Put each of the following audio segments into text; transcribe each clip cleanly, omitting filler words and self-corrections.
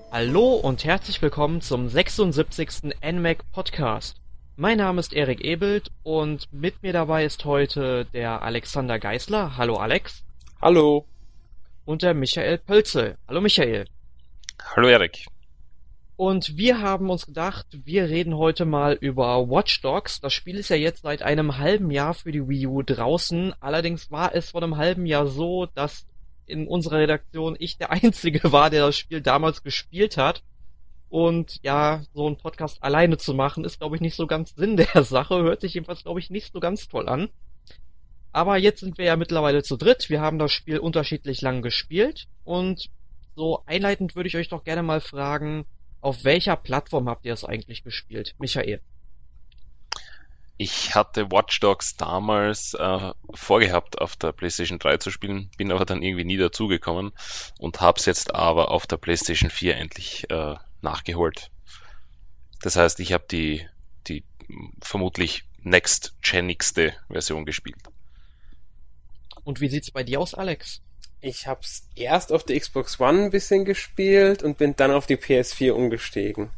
Hallo und herzlich willkommen zum 76. NMAC Podcast. Mein Name ist Erik Ebelt und mit mir dabei ist heute der Alexander Geisler. Hallo Alex. Hallo. Und der Michael Pölzel. Hallo Michael. Hallo Erik. Und wir haben uns gedacht, wir reden heute mal über Watch Dogs. Das Spiel ist ja jetzt seit einem halben Jahr für die Wii U draußen. Allerdings war es vor einem halben Jahr so, dass in unserer Redaktion ich der Einzige war, der das Spiel damals gespielt hat. Und ja, so einen Podcast alleine zu machen, ist, glaube ich, nicht so ganz Sinn der Sache. Hört sich jedenfalls, glaube ich, nicht so ganz toll an. Aber jetzt sind wir ja mittlerweile zu dritt. Wir haben das Spiel unterschiedlich lang gespielt. Und so einleitend würde ich euch doch gerne mal fragen, auf welcher Plattform habt ihr es eigentlich gespielt? Michael. Ich hatte Watch Dogs damals vorgehabt, auf der PlayStation 3 zu spielen, bin aber dann irgendwie nie dazugekommen und habe es jetzt aber auf der PlayStation 4 endlich nachgeholt. Das heißt, ich habe die vermutlich next-genigste Version gespielt. Und wie sieht's bei dir aus, Alex? Ich hab's erst auf der Xbox One ein bisschen gespielt und bin dann auf die PS4 umgestiegen.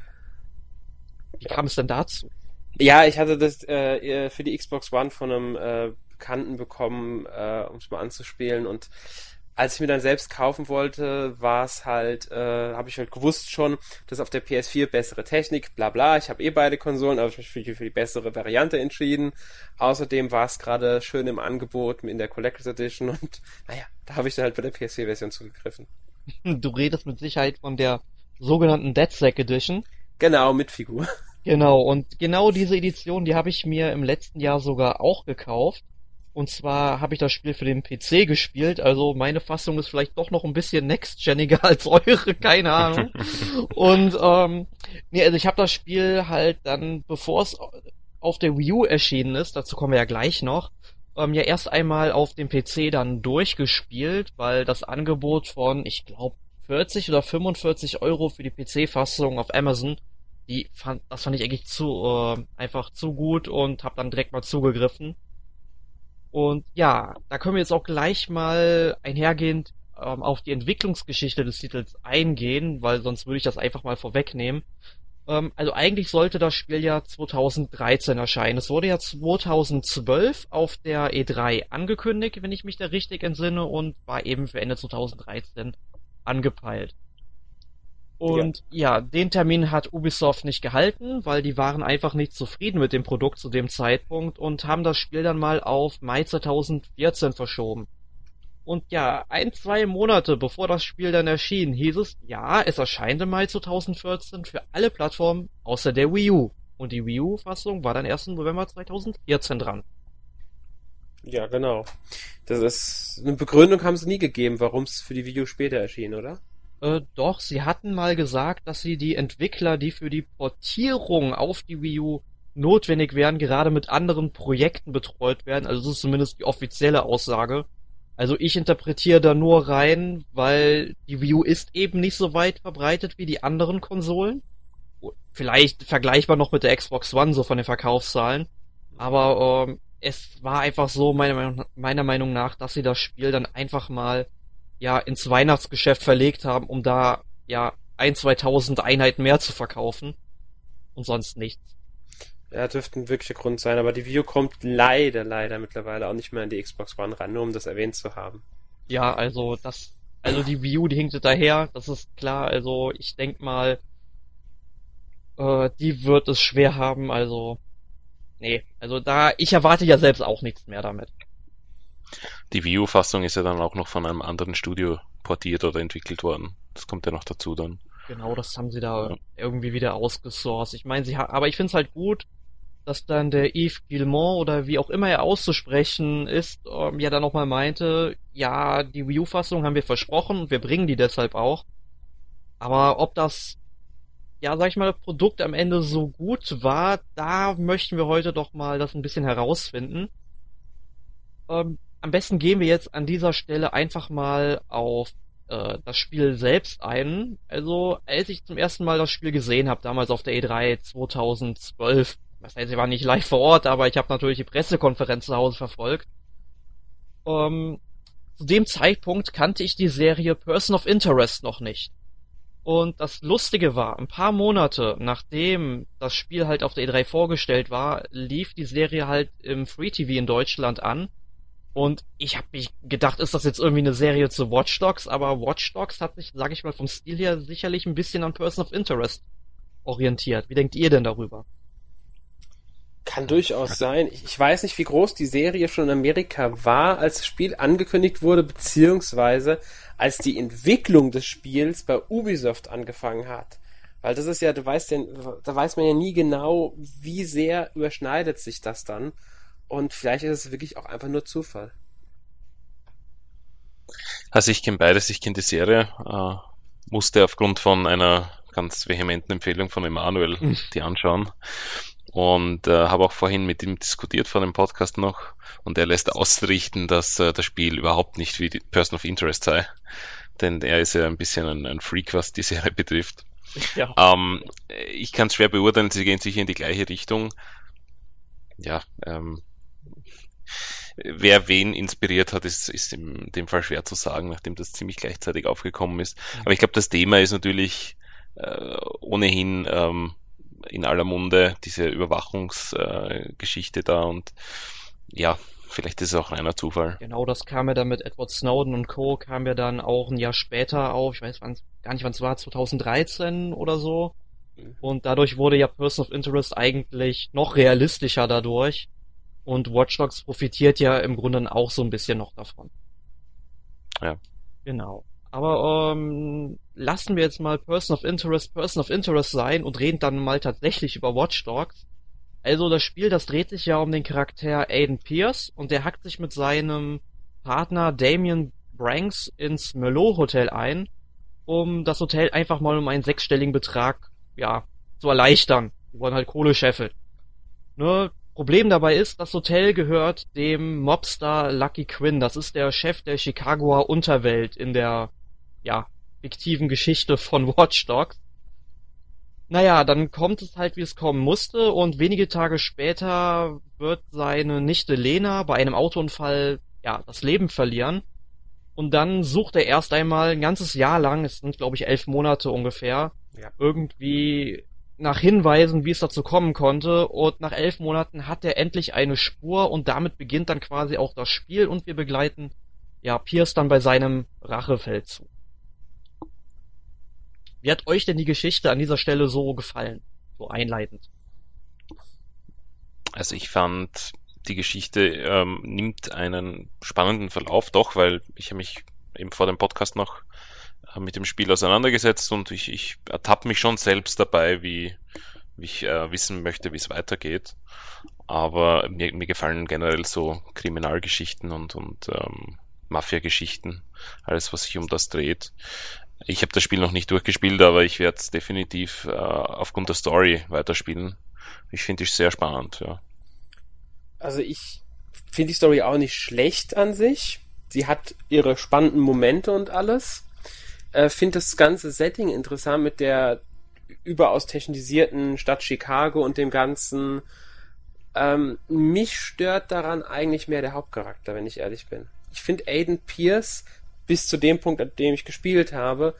Wie kam es denn dazu? Ja, ich hatte das für die Xbox One von einem Bekannten bekommen, um es mal anzuspielen, und als ich mir dann selbst kaufen wollte, war es halt, habe ich halt gewusst schon, dass auf der PS4 bessere Technik, bla bla, ich habe beide Konsolen, aber ich habe mich für die bessere Variante entschieden. Außerdem war es gerade schön im Angebot in der Collector's Edition und naja, da habe ich dann halt bei der PS4-Version zugegriffen. Du redest mit Sicherheit von der sogenannten DedSec Edition. Genau, mit Figur. Genau, und genau diese Edition, die habe ich mir im letzten Jahr sogar auch gekauft. Und zwar habe ich das Spiel für den PC gespielt, also meine Fassung ist vielleicht doch noch ein bisschen next-geniger als eure, keine Ahnung. Und also ich habe das Spiel halt dann, bevor es auf der Wii U erschienen ist, dazu kommen wir ja gleich noch, ja erst einmal auf dem PC dann durchgespielt, weil das Angebot von, ich glaube, 40 oder 45 Euro für die PC-Fassung auf Amazon, das fand ich eigentlich einfach zu gut und habe dann direkt mal zugegriffen. Und ja, da können wir jetzt auch gleich mal einhergehend auf die Entwicklungsgeschichte des Titels eingehen, weil sonst würde ich das einfach mal vorwegnehmen. Also eigentlich sollte das Spiel ja 2013 erscheinen. Es wurde ja 2012 auf der E3 angekündigt, wenn ich mich da richtig entsinne, und war eben für Ende 2013 angepeilt. Und ja, den Termin hat Ubisoft nicht gehalten, weil die waren einfach nicht zufrieden mit dem Produkt zu dem Zeitpunkt und haben das Spiel dann mal auf Mai 2014 verschoben. Und ja, 1-2 Monate bevor das Spiel dann erschien, hieß es, ja, es erscheint im Mai 2014 für alle Plattformen außer der Wii U. Und die Wii U-Fassung war dann erst im November 2014 dran. Ja, genau. Das ist eine Begründung haben sie nie gegeben, warum es für die Wii U später erschien, oder? Doch, sie hatten mal gesagt, dass sie die Entwickler, die für die Portierung auf die Wii U notwendig wären, gerade mit anderen Projekten betreut werden. Also das ist zumindest die offizielle Aussage. Also ich interpretiere da nur rein, weil die Wii U ist eben nicht so weit verbreitet wie die anderen Konsolen. Vielleicht vergleichbar noch mit der Xbox One, so von den Verkaufszahlen. Aber es war einfach so, meiner Meinung nach, dass sie das Spiel dann einfach mal ja ins Weihnachtsgeschäft verlegt haben, um da ja 1.000-2.000 Einheiten mehr zu verkaufen und sonst nichts. Ja, dürfte ein wirklicher Grund sein, aber die Wii U kommt leider mittlerweile auch nicht mehr an die Xbox One ran, nur um das erwähnt zu haben. Ja, also die Wii U, die hinkt daher, das ist klar, also ich denk mal, die wird es schwer haben, also nee, also ich erwarte ja selbst auch nichts mehr damit. Die Wii U-Fassung ist ja dann auch noch von einem anderen Studio portiert oder entwickelt worden. Das kommt ja noch dazu dann. Genau, das haben sie da irgendwie wieder ausgesourced. Ich meine, aber ich finde es halt gut, dass dann der Yves Guillemot oder wie auch immer er auszusprechen ist, ja dann nochmal meinte, ja, die Wii U-Fassung haben wir versprochen und wir bringen die deshalb auch. Aber ob das, ja, sag ich mal, das Produkt am Ende so gut war, da möchten wir heute doch mal das ein bisschen herausfinden. Am besten gehen wir jetzt an dieser Stelle einfach mal auf das Spiel selbst ein. Also, als ich zum ersten Mal das Spiel gesehen habe, damals auf der E3 2012, das heißt, ich war nicht live vor Ort, aber ich habe natürlich die Pressekonferenz zu Hause verfolgt. Zu dem Zeitpunkt kannte ich die Serie Person of Interest noch nicht. Und das Lustige war, ein paar Monate nachdem das Spiel halt auf der E3 vorgestellt war, lief die Serie halt im Free TV in Deutschland an. Und ich habe mich gedacht, ist das jetzt irgendwie eine Serie zu Watch Dogs? Aber Watch Dogs hat sich, sag ich mal, vom Stil her sicherlich ein bisschen an Person of Interest orientiert. Wie denkt ihr denn darüber? Kann durchaus sein. Ich weiß nicht, wie groß die Serie schon in Amerika war, als das Spiel angekündigt wurde, beziehungsweise als die Entwicklung des Spiels bei Ubisoft angefangen hat. Weil das ist ja, da weiß man ja nie genau, wie sehr überschneidet sich das dann. Und vielleicht ist es wirklich auch einfach nur Zufall. Also ich kenne beides, ich kenne die Serie, musste aufgrund von einer ganz vehementen Empfehlung von Emanuel die anschauen. Und habe auch vorhin mit ihm diskutiert vor dem Podcast noch, und er lässt ausrichten, dass das Spiel überhaupt nicht wie die Person of Interest sei, denn er ist ja ein bisschen ein Freak, was die Serie betrifft. Ja. Ich kann es schwer beurteilen, sie gehen sicher in die gleiche Richtung. Ja, wer wen inspiriert hat, ist in dem Fall schwer zu sagen, nachdem das ziemlich gleichzeitig aufgekommen ist. Aber ich glaube, das Thema ist natürlich ohnehin in aller Munde, diese Überwachungsgeschichte da, und ja, vielleicht ist es auch reiner Zufall. Genau, das kam ja dann mit Edward Snowden und Co. kam ja dann auch ein Jahr später auf, ich weiß gar nicht, wann es war, 2013 oder so. Und dadurch wurde ja Person of Interest eigentlich noch realistischer dadurch. Und Watch Dogs profitiert ja im Grunde auch so ein bisschen noch davon. Ja. Genau. Aber lassen wir jetzt mal Person of Interest sein und reden dann mal tatsächlich über Watch Dogs. Also das Spiel, das dreht sich ja um den Charakter Aiden Pierce, und der hackt sich mit seinem Partner Damien Branks ins Merlot Hotel ein, um das Hotel einfach mal um einen 6-stelligen Betrag, ja, zu erleichtern. Die wollen halt Kohle scheffeln. Ne? Problem dabei ist, das Hotel gehört dem Mobstar Lucky Quinn. Das ist der Chef der Chicagoer Unterwelt in der, ja, fiktiven Geschichte von Watch Dogs. Naja, dann kommt es halt, wie es kommen musste, und wenige Tage später wird seine Nichte Lena bei einem Autounfall, ja, das Leben verlieren. Und dann sucht er erst einmal ein ganzes Jahr lang, es sind, glaube ich, 11 Monate ungefähr, Ja. irgendwie nach Hinweisen, wie es dazu kommen konnte, und nach 11 Monaten hat er endlich eine Spur, und damit beginnt dann quasi auch das Spiel, und wir begleiten, ja, Pierce dann bei seinem Rachefeldzug. Wie hat euch denn die Geschichte an dieser Stelle so gefallen? So einleitend. Also ich fand, die Geschichte nimmt einen spannenden Verlauf, doch, weil ich habe mich eben vor dem Podcast noch mit dem Spiel auseinandergesetzt, und ich ertappe mich schon selbst dabei, wie ich wissen möchte, wie es weitergeht. Aber mir gefallen generell so Kriminalgeschichten und Mafia-Geschichten, alles, was sich um das dreht. Ich habe das Spiel noch nicht durchgespielt, aber ich werde es definitiv aufgrund der Story weiterspielen. Ich finde es sehr spannend, ja. Also ich finde die Story auch nicht schlecht an sich. Sie hat ihre spannenden Momente und alles. Finde das ganze Setting interessant mit der überaus technisierten Stadt Chicago und dem Ganzen. Mich stört daran eigentlich mehr der Hauptcharakter, wenn ich ehrlich bin. Ich finde Aiden Pierce bis zu dem Punkt, an dem ich gespielt habe,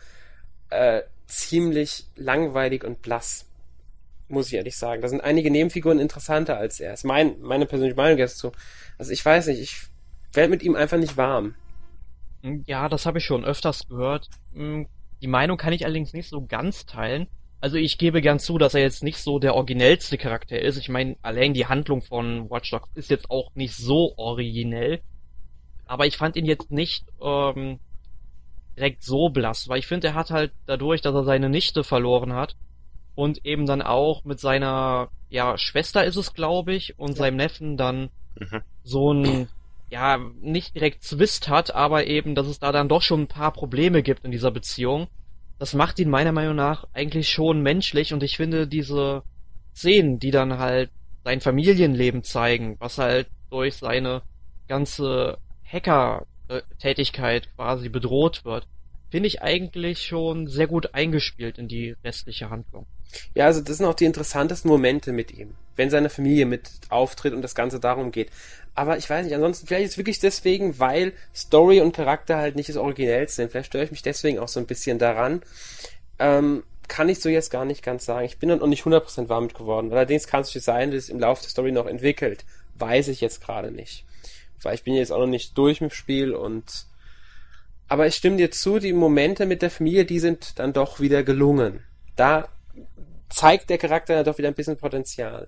ziemlich langweilig und blass. Muss ich ehrlich sagen. Da sind einige Nebenfiguren interessanter als er. Das ist meine persönliche Meinung dazu. Also ich weiß nicht, ich werde mit ihm einfach nicht warm. Ja, das habe ich schon öfters gehört. Die Meinung kann ich allerdings nicht so ganz teilen. Also ich gebe gern zu, dass er jetzt nicht so der originellste Charakter ist. Ich meine, allein die Handlung von Watch Dogs ist jetzt auch nicht so originell. Aber ich fand ihn jetzt nicht direkt so blass, weil ich finde, er hat halt dadurch, dass er seine Nichte verloren hat und eben dann auch mit seiner, ja, Schwester ist es, glaube ich, und seinem Neffen dann so ein, ja, nicht direkt Zwist hat, aber eben, dass es da dann doch schon ein paar Probleme gibt in dieser Beziehung. Das macht ihn meiner Meinung nach eigentlich schon menschlich, und ich finde diese Szenen, die dann halt sein Familienleben zeigen, was halt durch seine ganze Hacker-Tätigkeit quasi bedroht wird, finde ich eigentlich schon sehr gut eingespielt in die restliche Handlung. Ja, also das sind auch die interessantesten Momente mit ihm, wenn seine Familie mit auftritt und das Ganze darum geht. Aber ich weiß nicht, ansonsten vielleicht ist es wirklich deswegen, weil Story und Charakter halt nicht das Originellste sind. Vielleicht störe ich mich deswegen auch so ein bisschen daran. Kann ich so jetzt gar nicht ganz sagen. Ich bin noch nicht 100% warm mit geworden. Allerdings kann es sein, dass es im Laufe der Story noch entwickelt. Weiß ich jetzt gerade nicht. Weil ich bin jetzt auch noch nicht durch mit dem Spiel aber ich stimme dir zu, die Momente mit der Familie, die sind dann doch wieder gelungen. Da zeigt der Charakter dann doch wieder ein bisschen Potenzial.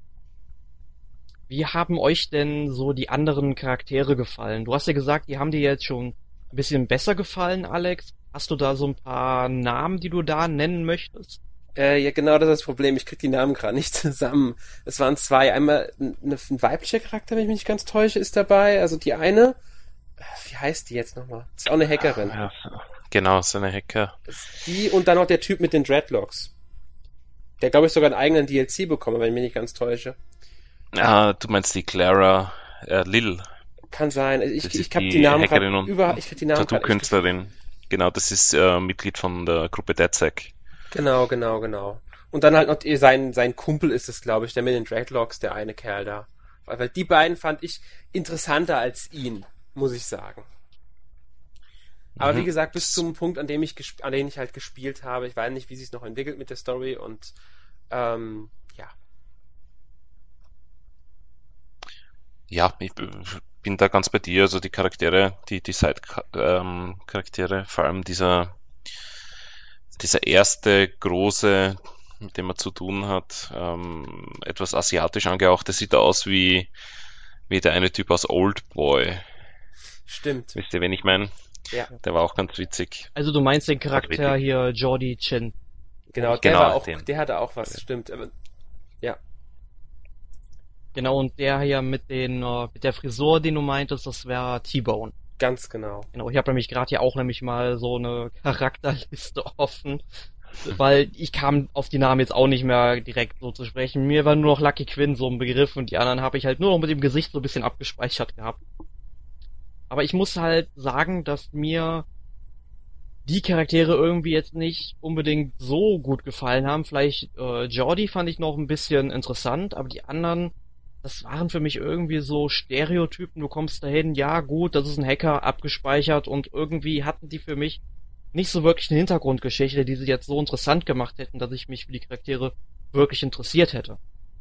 Wie haben euch denn so die anderen Charaktere gefallen? Du hast ja gesagt, die haben dir jetzt schon ein bisschen besser gefallen, Alex. Hast du da so ein paar Namen, die du da nennen möchtest? Ja, genau, das ist das Problem. Ich krieg die Namen gerade nicht zusammen. Es waren zwei. Einmal ein weiblicher Charakter, wenn ich mich nicht ganz täusche, ist dabei. Also die eine, wie heißt die jetzt nochmal? Ist auch eine Hackerin. Ja, genau, so eine Hacker. Die und dann noch der Typ mit den Dreadlocks. Der, glaube ich, sogar einen eigenen DLC bekommen, wenn ich mich nicht ganz täusche. Ah, du meinst die Clara Lil. Kann sein. Das Ich ist habe die die Namen Hackerin gerade und ich krieg die Namen gerade echt Tattoo-Künstlerin. Genau, das ist Mitglied von der Gruppe DedSec. Genau. Und dann halt noch sein Kumpel ist es, glaube ich, der mit den Dreadlocks, der eine Kerl da. Weil die beiden fand ich interessanter als ihn, muss ich sagen. Aber wie gesagt, bis zum Punkt, an dem ich halt gespielt habe, ich weiß nicht, wie sich noch entwickelt mit der Story und ja. Ja, ich bin da ganz bei dir. Also die Charaktere, die Side-Charaktere, vor allem dieser erste große, mit dem man zu tun hat, etwas asiatisch angehaucht, der sieht aus wie der eine Typ aus Oldboy. Stimmt. Wisst ihr, wen ich meine? Ja. Der war auch ganz witzig. Also du meinst den Charakter hier, Jordi Chin. Genau, Genau, der hatte auch was, stimmt. Aber, ja. Genau, und der hier mit der Frisur, den du meintest, das wäre T-Bone. Ganz genau. Genau, ich habe nämlich gerade hier auch nämlich mal so eine Charakterliste offen, weil ich kam auf die Namen jetzt auch nicht mehr direkt so zu sprechen. Mir war nur noch Lucky Quinn so ein Begriff und die anderen habe ich halt nur noch mit dem Gesicht so ein bisschen abgespeichert gehabt. Aber ich muss halt sagen, dass mir die Charaktere irgendwie jetzt nicht unbedingt so gut gefallen haben. Vielleicht Jordi fand ich noch ein bisschen interessant, aber die anderen, das waren für mich irgendwie so Stereotypen. Du kommst dahin, ja gut, das ist ein Hacker, abgespeichert und irgendwie hatten die für mich nicht so wirklich eine Hintergrundgeschichte, die sie jetzt so interessant gemacht hätten, dass ich mich für die Charaktere wirklich interessiert hätte.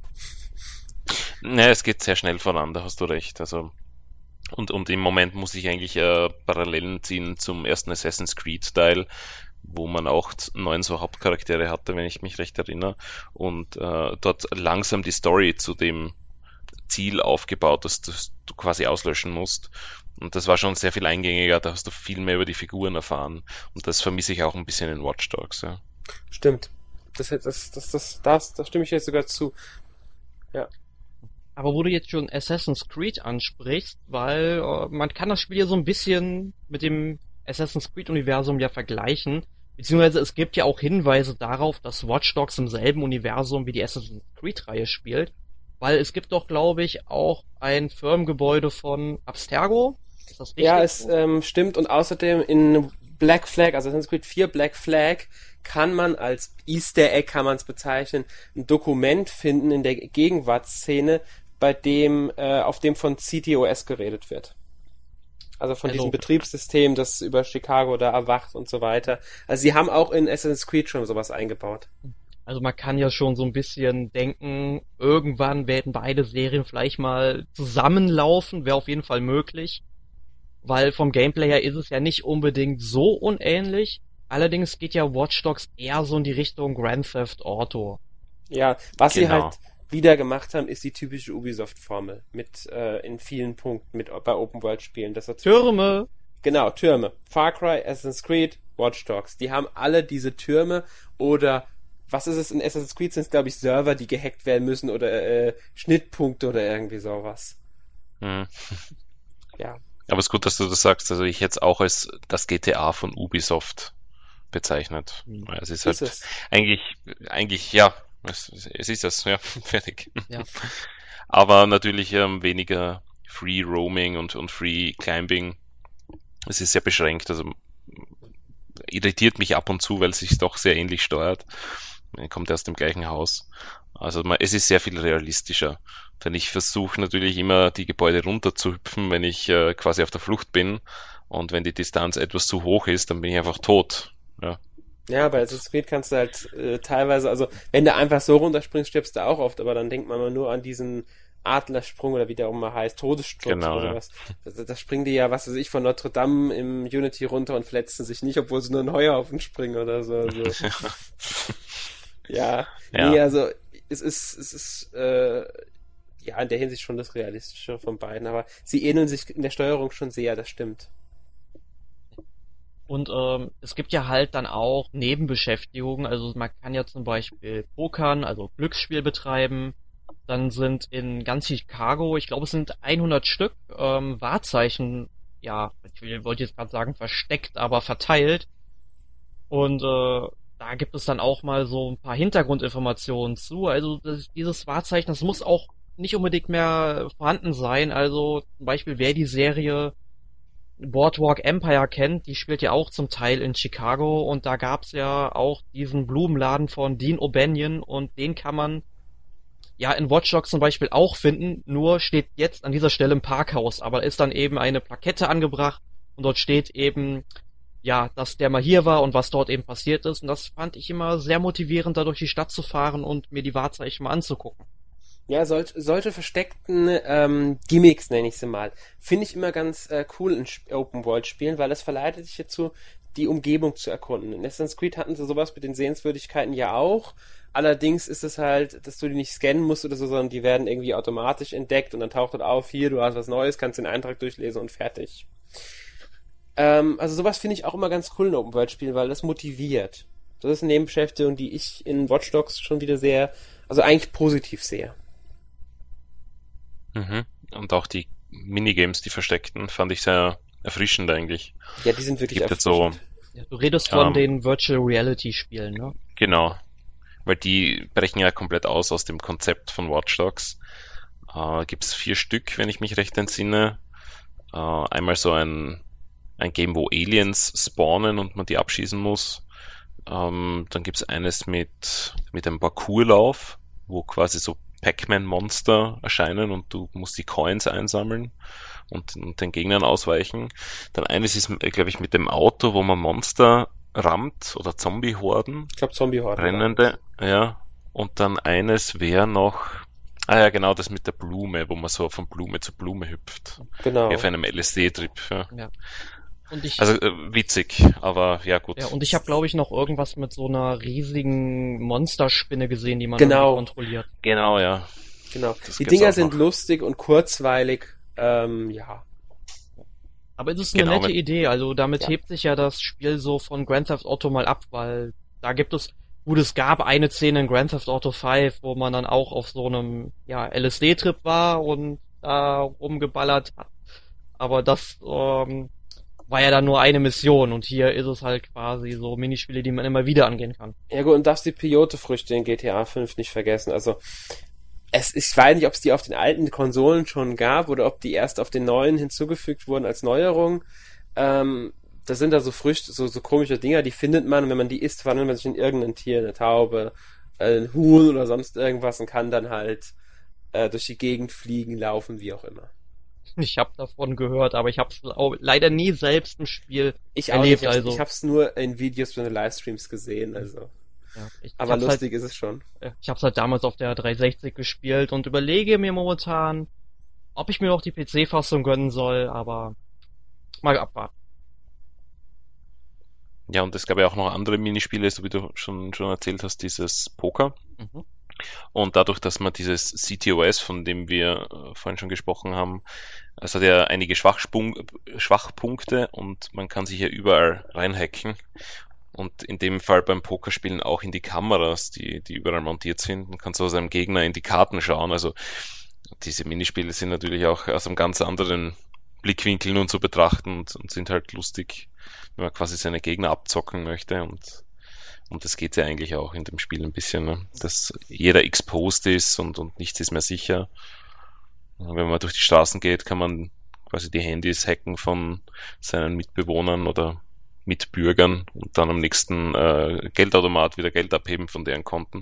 Ne, es geht sehr schnell voran, da hast du recht. Also und im Moment muss ich eigentlich Parallelen ziehen zum ersten Assassin's Creed Teil, wo man auch 9 so Hauptcharaktere hatte, wenn ich mich recht erinnere, und dort langsam die Story zu dem Ziel aufgebaut, das du quasi auslöschen musst. Und das war schon sehr viel eingängiger, da hast du viel mehr über die Figuren erfahren. Und das vermisse ich auch ein bisschen in Watch Dogs, ja. Stimmt. Das stimme ich jetzt sogar zu. Ja. Aber wo du jetzt schon Assassin's Creed ansprichst, weil man kann das Spiel ja so ein bisschen mit dem Assassin's Creed-Universum ja vergleichen, beziehungsweise es gibt ja auch Hinweise darauf, dass Watch Dogs im selben Universum wie die Assassin's Creed-Reihe spielt, weil es gibt doch, glaube ich, auch ein Firmengebäude von Abstergo. Ist das richtig? Ja, es stimmt, und außerdem in Black Flag, also Assassin's Creed 4 Black Flag, kann man als Easter Egg, kann man es bezeichnen, ein Dokument finden in der Gegenwartsszene, auf dem von CTOS geredet wird. Also von diesem Betriebssystem, das über Chicago da erwacht und so weiter. Also sie haben auch in Assassin's Creed schon sowas eingebaut. Also man kann ja schon so ein bisschen denken, irgendwann werden beide Serien vielleicht mal zusammenlaufen, wäre auf jeden Fall möglich. Weil vom Gameplay her ist es ja nicht unbedingt so unähnlich. Allerdings geht ja Watch Dogs eher so in die Richtung Grand Theft Auto. Ja, was sie Genau. halt wieder gemacht haben, ist die typische Ubisoft-Formel mit in vielen Punkten bei Open-World-Spielen. Türme! Genau, Türme. Far Cry, Assassin's Creed, Watch Dogs. Die haben alle diese Türme oder was ist es in Assassin's Creed? Sind es, glaube ich, Server, die gehackt werden müssen oder Schnittpunkte oder irgendwie sowas. Hm. Ja. Aber es ist gut, dass du das sagst. Also ich hätte es auch als das GTA von Ubisoft bezeichnet. Es ist halt es. eigentlich, ja, es ist das, ja, fertig. Ja. Aber natürlich weniger Free Roaming und Free Climbing. Es ist sehr beschränkt, also irritiert mich ab und zu, weil es sich doch sehr ähnlich steuert. Man kommt aus dem gleichen Haus. Also es ist sehr viel realistischer. Denn ich versuche natürlich immer, die Gebäude runterzuhüpfen, wenn ich quasi auf der Flucht bin. Und wenn die Distanz etwas zu hoch ist, dann bin ich einfach tot. Ja. Ja, bei Assassin's Creed kannst du halt teilweise, also wenn du einfach so runterspringst, stirbst du auch oft, aber dann denkt man mal nur an diesen Adlersprung oder wie der auch mal heißt, Todessturz Genau, oder ja. sowas. Da springen die ja, was weiß ich, von Notre Dame im Unity runter und verletzen sich nicht, obwohl sie nur einen Heuhaufen springen oder so. Also, ja, nee, Ja, also es ist ja in der Hinsicht schon das Realistische von beiden, aber sie ähneln sich in der Steuerung schon sehr, das stimmt. Und es gibt ja halt dann auch Nebenbeschäftigungen. Also man kann ja zum Beispiel pokern, also Glücksspiel betreiben. Dann sind in ganz Chicago, ich glaube es sind 100 Stück, Wahrzeichen, ja, wollte jetzt gerade sagen versteckt, aber verteilt. Und da gibt es dann auch mal so ein paar Hintergrundinformationen zu. Also dieses Wahrzeichen, das muss auch nicht unbedingt mehr vorhanden sein. Also zum Beispiel, wer die Serie Boardwalk Empire kennt, die spielt ja auch zum Teil in Chicago und da gab's ja auch diesen Blumenladen von Dean O'Banion und den kann man ja in Watch Dogs zum Beispiel auch finden, nur steht jetzt an dieser Stelle im Parkhaus, aber da ist dann eben eine Plakette angebracht und dort steht eben, ja, dass der mal hier war und was dort eben passiert ist und das fand ich immer sehr motivierend, da durch die Stadt zu fahren und mir die Wahrzeichen mal anzugucken. Ja, solche versteckten Gimmicks, nenne ich sie mal, finde ich immer ganz cool in Open-World-Spielen, weil es verleitet dich dazu, die Umgebung zu erkunden. In Assassin's Creed hatten sie sowas mit den Sehenswürdigkeiten ja auch. Allerdings ist es halt, dass du die nicht scannen musst oder so, sondern die werden irgendwie automatisch entdeckt und dann taucht dort auf, hier, du hast was Neues, kannst den Eintrag durchlesen und fertig. Also sowas finde ich auch immer ganz cool in Open-World-Spielen, weil das motiviert. Das ist eine Nebenbeschäftigung, die ich in Watch Dogs schon wieder sehr, also eigentlich positiv sehe. mhm. Und auch die Minigames, die versteckten, fand ich sehr erfrischend eigentlich. Ja, die sind wirklich Gibt jetzt so, erfrischend. Ja, du redest von ähm, den Virtual Reality Spielen, ne? genau, weil die brechen ja komplett aus dem Konzept von Watch Dogs. Gibt's 4 Stück, wenn ich mich recht entsinne. Einmal so ein Game, wo Aliens spawnen und man die abschießen muss. Dann gibt's eines mit einem Parkourlauf, wo quasi so Pac-Man-Monster erscheinen und du musst die Coins einsammeln und den Gegnern ausweichen. Dann eines ist, glaube ich, mit dem Auto, wo man Monster rammt oder Zombie-Horden, Ich glaube Zombie-Horde. Rennende, ja. Und dann eines wäre noch, ja genau, das mit der Blume, wo man so von Blume zu Blume hüpft. Genau. Wie auf einem LSD-Trip, ja. Ja. Und ich, Also witzig, aber ja gut. ja, und ich habe, glaube ich, noch irgendwas mit so einer riesigen Monsterspinne gesehen, die man Genau. irgendwie kontrolliert. Genau, ja. Genau. Das Die gibt's Dinger auch sind noch. lustig und kurzweilig. Ja. Aber es ist eine Genau, nette Idee, also damit Ja. hebt sich ja das Spiel so von Grand Theft Auto mal ab, weil da gibt es, gut, es gab eine Szene in Grand Theft Auto 5, wo man dann auch auf so einem, ja, LSD-Trip war und da rumgeballert hat. Aber das, war ja dann nur eine Mission und hier ist es halt quasi so Minispiele, die man immer wieder angehen kann. Ja gut, und darfst die Peyote-Früchte in GTA 5 nicht vergessen. Also, ich weiß nicht, ob es die auf den alten Konsolen schon gab oder ob die erst auf den neuen hinzugefügt wurden als Neuerung. Das sind da so Früchte, so komische Dinger, die findet man und wenn man die isst, verwandelt man sich in irgendein Tier, eine Taube, ein Huhn oder sonst irgendwas und kann dann halt durch die Gegend fliegen, laufen, wie auch immer. Ich habe davon gehört, aber ich habe es leider nie selbst im Spiel Ich auch erlebt. nicht, Also, ich hab's nur in Videos von den Livestreams gesehen, also. ja, ich Aber hab's halt, lustig ist es schon. ich hab's halt damals auf der 360 gespielt und überlege mir momentan, ob ich mir auch die PC-Fassung gönnen soll, aber mal abwarten. Ja, und es gab ja auch noch andere Minispiele, so wie du schon erzählt hast, dieses Poker. Mhm. Und dadurch, dass man dieses CTOS, von dem wir vorhin schon gesprochen haben, es hat ja einige Schwachpunkte und man kann sich ja überall reinhacken. Und in dem Fall beim Pokerspielen auch in die Kameras, die überall montiert sind. Man kann so seinem Gegner in die Karten schauen. Also diese Minispiele sind natürlich auch aus einem ganz anderen Blickwinkel nun zu betrachten und sind halt lustig, wenn man quasi seine Gegner abzocken möchte. Und das geht ja eigentlich auch in dem Spiel ein bisschen, ne? Dass jeder exposed ist und nichts ist mehr sicher. Wenn man durch die Straßen geht, kann man quasi die Handys hacken von seinen Mitbewohnern oder Mitbürgern und dann am nächsten Geldautomat wieder Geld abheben von deren Konten.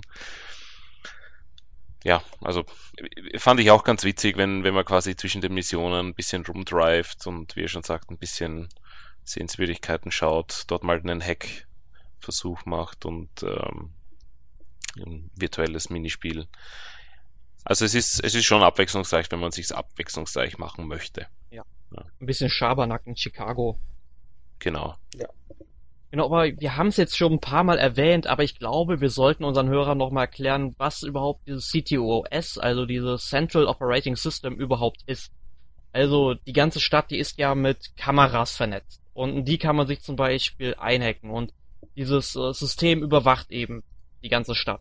Ja, also fand ich auch ganz witzig, wenn man quasi zwischen den Missionen ein bisschen rumdrivet und wie ihr schon sagt, ein bisschen Sehenswürdigkeiten schaut, dort mal einen Hack Selbstversuch macht und ein virtuelles Minispiel. Also es ist schon abwechslungsreich, wenn man es sich abwechslungsreich machen möchte. Ja. Ein bisschen Schabernack in Chicago. Genau. Ja. Genau, aber wir haben es jetzt schon ein paar Mal erwähnt, aber ich glaube, wir sollten unseren Hörern nochmal erklären, was überhaupt dieses CTOS, also dieses Central Operating System überhaupt ist. Also die ganze Stadt, die ist ja mit Kameras vernetzt und in die kann man sich zum Beispiel einhacken und dieses System überwacht eben die ganze Stadt.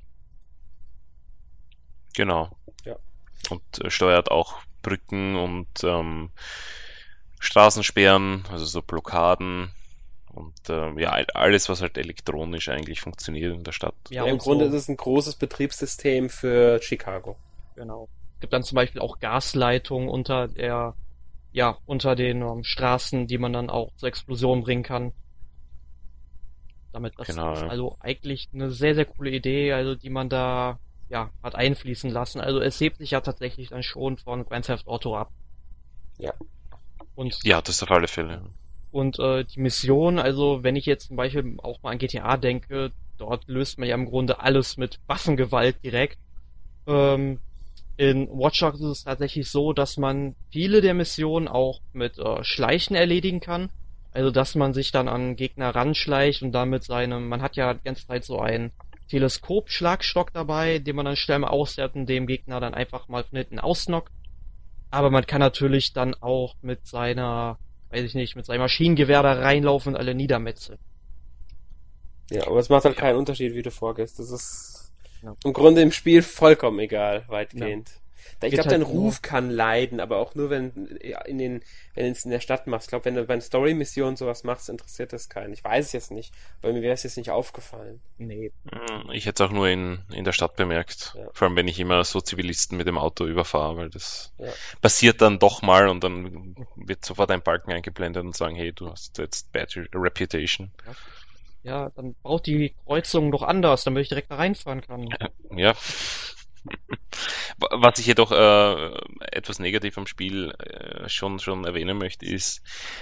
Genau. Ja. Und steuert auch Brücken und Straßensperren, also so Blockaden und ja, alles, was halt elektronisch eigentlich funktioniert in der Stadt. Ja, im Grunde ist es ein großes Betriebssystem für Chicago. Genau. Es gibt dann zum Beispiel auch Gasleitungen unter den Straßen, die man dann auch zur Explosion bringen kann. Damit das ist also eigentlich eine sehr, sehr coole Idee, also die man da hat einfließen lassen. Also es hebt sich ja tatsächlich dann schon von Grand Theft Auto ab. Ja. Und ja, das auf alle Fälle. Und die Mission, also wenn ich jetzt zum Beispiel auch mal an GTA denke, dort löst man ja im Grunde alles mit Waffengewalt direkt. In Watch Dogs ist es tatsächlich so, dass man viele der Missionen auch mit Schleichen erledigen kann. Also dass man sich dann an Gegner ranschleicht und damit man hat ja die ganze Zeit so einen Teleskop-Schlagstock dabei, den man dann schnell mal ausfährt und dem Gegner dann einfach mal von hinten ausnockt. Aber man kann natürlich dann auch mit seinem Maschinengewehr da reinlaufen und alle niedermetzeln. Ja, aber es macht halt keinen Unterschied, wie du vorgehst. Das ist im Grunde im Spiel vollkommen egal, weitgehend. Ja. Ich glaube, dein Ruf kann leiden, aber auch nur, wenn du es in der Stadt machst. Ich glaube, wenn du bei einer Story-Mission sowas machst, interessiert das keinen. Ich weiß es jetzt nicht, weil mir wäre es jetzt nicht aufgefallen. Nee. Ich hätte es auch nur in der Stadt bemerkt. Ja. Vor allem, wenn ich immer so Zivilisten mit dem Auto überfahre, weil das passiert dann doch mal und dann wird sofort ein Balken eingeblendet und sagen, hey, du hast jetzt Bad Reputation. Ja, dann baut die Kreuzung doch anders, damit ich direkt da reinfahren kann. Ja. Was ich jedoch etwas negativ am Spiel schon erwähnen möchte, ist,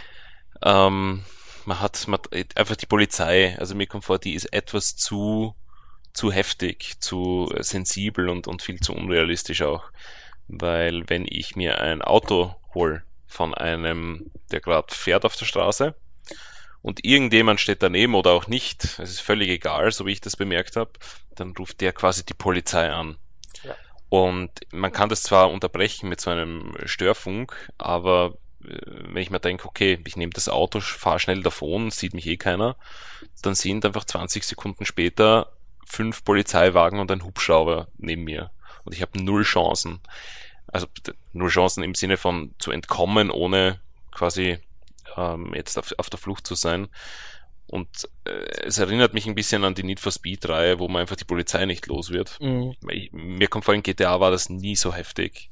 man hat einfach die Polizei, also mir kommt vor, die ist etwas zu heftig, zu sensibel und viel zu unrealistisch auch. Weil wenn ich mir ein Auto hole von einem, der gerade fährt auf der Straße und irgendjemand steht daneben oder auch nicht, es ist völlig egal, so wie ich das bemerkt habe, dann ruft der quasi die Polizei an. Ja. Und man kann das zwar unterbrechen mit so einem Störfunk, aber wenn ich mir denke, okay, ich nehme das Auto, fahre schnell davon, sieht mich eh keiner, dann sind einfach 20 Sekunden später 5 Polizeiwagen und ein Hubschrauber neben mir. Und ich habe 0 Chancen. Also 0 Chancen im Sinne von zu entkommen, ohne quasi jetzt auf der Flucht zu sein. Und es erinnert mich ein bisschen an die Need for Speed-Reihe, wo man einfach die Polizei nicht los wird. Mhm. Mir kommt vor, in GTA war das nie so heftig.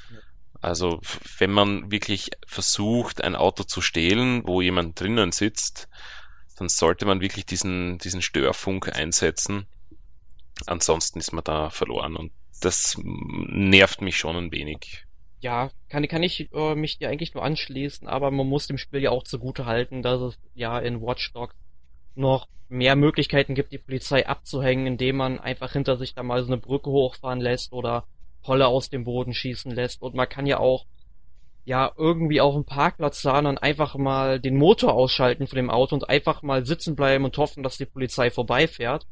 Also wenn man wirklich versucht, ein Auto zu stehlen, wo jemand drinnen sitzt, dann sollte man wirklich diesen Störfunk einsetzen. Ansonsten ist man da verloren und das nervt mich schon ein wenig. Ja, kann ich mich dir eigentlich nur anschließen, aber man muss dem Spiel ja auch zugute halten, dass es ja in Watch Dogs noch mehr Möglichkeiten gibt, die Polizei abzuhängen, indem man einfach hinter sich da mal so eine Brücke hochfahren lässt oder Polle aus dem Boden schießen lässt. Und man kann ja auch irgendwie auf dem Parkplatz fahren und einfach mal den Motor ausschalten von dem Auto und einfach mal sitzen bleiben und hoffen, dass die Polizei vorbeifährt.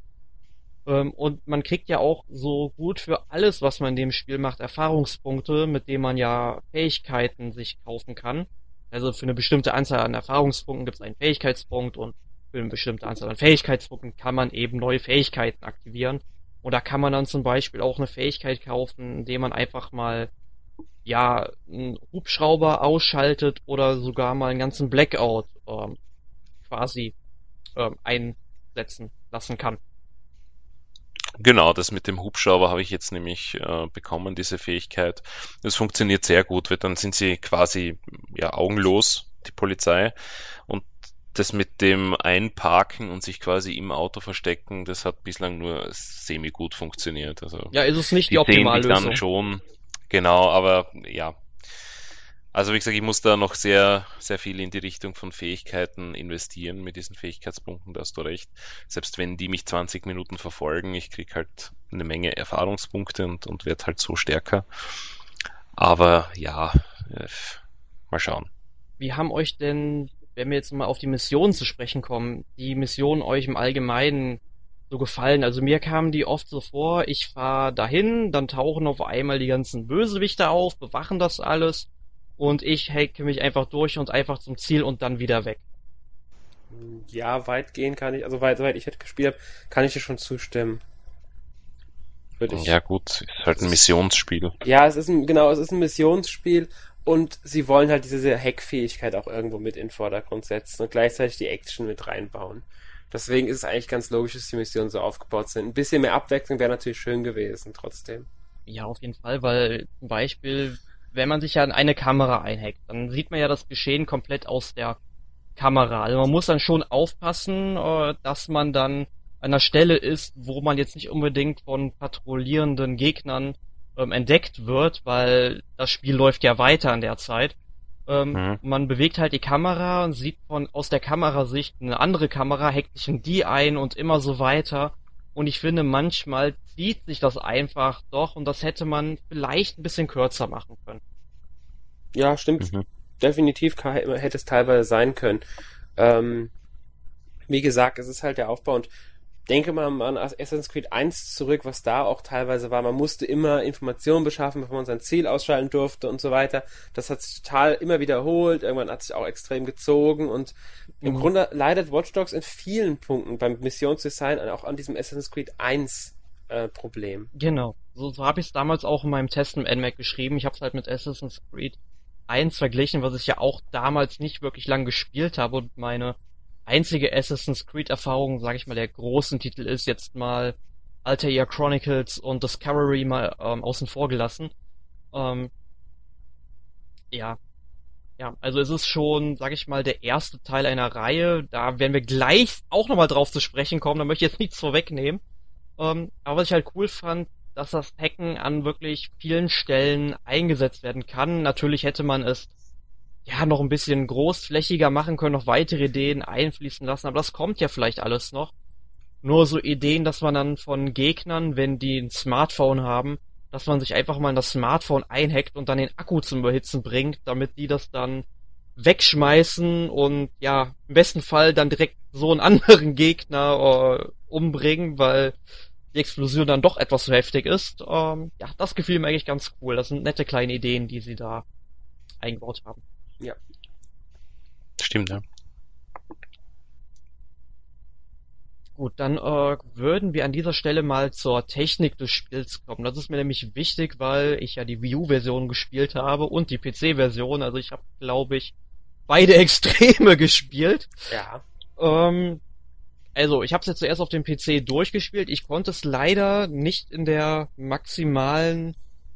Und man kriegt ja auch so gut für alles, was man in dem Spiel macht, Erfahrungspunkte, mit denen man ja Fähigkeiten sich kaufen kann. Also für eine bestimmte Anzahl an Erfahrungspunkten gibt es einen Fähigkeitspunkt und für eine bestimmte Anzahl an Fähigkeitspunkten kann man eben neue Fähigkeiten aktivieren. Und da kann man dann zum Beispiel auch eine Fähigkeit kaufen, indem man einfach mal einen Hubschrauber ausschaltet oder sogar mal einen ganzen Blackout einsetzen lassen kann. Genau, das mit dem Hubschrauber habe ich jetzt nämlich bekommen, diese Fähigkeit. Das funktioniert sehr gut, weil dann sind sie quasi augenlos, die Polizei. Und das mit dem Einparken und sich quasi im Auto verstecken, das hat bislang nur semi-gut funktioniert. Also ja, ist es nicht die optimale Lösung. Dann schon, genau, aber ja. Also wie gesagt, ich muss da noch sehr, sehr viel in die Richtung von Fähigkeiten investieren mit diesen Fähigkeitspunkten, da hast du recht. Selbst wenn die mich 20 Minuten verfolgen, ich krieg halt eine Menge Erfahrungspunkte und werde halt so stärker. Aber ja, mal schauen. Wie haben euch denn, wenn wir jetzt mal auf die Missionen zu sprechen kommen, die Missionen euch im Allgemeinen so gefallen? Also mir kamen die oft so vor, ich fahre dahin, dann tauchen auf einmal die ganzen Bösewichte auf, bewachen das alles und ich hacke mich einfach durch und einfach zum Ziel und dann wieder weg. Ja, weitgehend kann ich, also soweit ich jetzt gespielt habe, kann ich dir schon zustimmen. Würde ich. Ja gut, ist halt ein Missionsspiel. Ja, es ist ein Missionsspiel und sie wollen halt diese Hack-Fähigkeit auch irgendwo mit in den Vordergrund setzen und gleichzeitig die Action mit reinbauen. Deswegen ist es eigentlich ganz logisch, dass die Missionen so aufgebaut sind. Ein bisschen mehr Abwechslung wäre natürlich schön gewesen, trotzdem. Ja, auf jeden Fall, weil zum Beispiel, wenn man sich ja in eine Kamera einhackt, dann sieht man ja das Geschehen komplett aus der Kamera. Also man muss dann schon aufpassen, dass man dann an einer Stelle ist, wo man jetzt nicht unbedingt von patrouillierenden Gegnern entdeckt wird, weil das Spiel läuft ja weiter in der Zeit. Man bewegt halt die Kamera und sieht aus der Kamerasicht eine andere Kamera, hackt sich in die ein und immer so weiter. Und ich finde, manchmal zieht sich das einfach doch und das hätte man vielleicht ein bisschen kürzer machen können. Ja, stimmt. Definitiv hätte es teilweise sein können. Wie gesagt, es ist halt der Aufbau und denke mal an Assassin's Creed 1 zurück, was da auch teilweise war. Man musste immer Informationen beschaffen, bevor man sein Ziel ausschalten durfte und so weiter. Das hat sich total immer wiederholt. Irgendwann hat sich auch extrem gezogen und im Grunde leidet Watch Dogs in vielen Punkten beim Missionsdesign auch an diesem Assassin's Creed 1 Problem. Genau. So habe ich es damals auch in meinem Test im NMAC geschrieben. Ich habe es halt mit Assassin's Creed 1 verglichen, was ich ja auch damals nicht wirklich lang gespielt habe und meine einzige Assassin's Creed-Erfahrung, sage ich mal, der großen Titel ist jetzt mal Altair Chronicles und Discovery mal außen vor gelassen. Ja, also es ist schon, sage ich mal, der erste Teil einer Reihe. Da werden wir gleich auch nochmal drauf zu sprechen kommen. Da möchte ich jetzt nichts vorwegnehmen. Aber was ich halt cool fand, dass das Hacken an wirklich vielen Stellen eingesetzt werden kann. Natürlich hätte man es ja noch ein bisschen großflächiger machen können, noch weitere Ideen einfließen lassen, aber das kommt ja vielleicht alles noch. Nur so Ideen, dass man dann von Gegnern, wenn die ein Smartphone haben, dass man sich einfach mal in das Smartphone einhackt und dann den Akku zum Überhitzen bringt, damit die das dann wegschmeißen und ja, im besten Fall dann direkt so einen anderen Gegner umbringen, weil die Explosion dann doch etwas zu heftig ist. Ja, das gefiel mir eigentlich ganz cool. Das sind nette kleine Ideen, die sie da eingebaut haben. Ja. Stimmt, ja. Gut, dann würden wir an dieser Stelle mal zur Technik des Spiels kommen. Das ist mir nämlich wichtig, weil ich ja die Wii U-Version gespielt habe und die PC-Version. Also ich habe, glaube ich, beide Extreme gespielt. Ja. Also ich habe es jetzt zuerst auf dem PC durchgespielt. Ich konnte es leider nicht in der maximalen,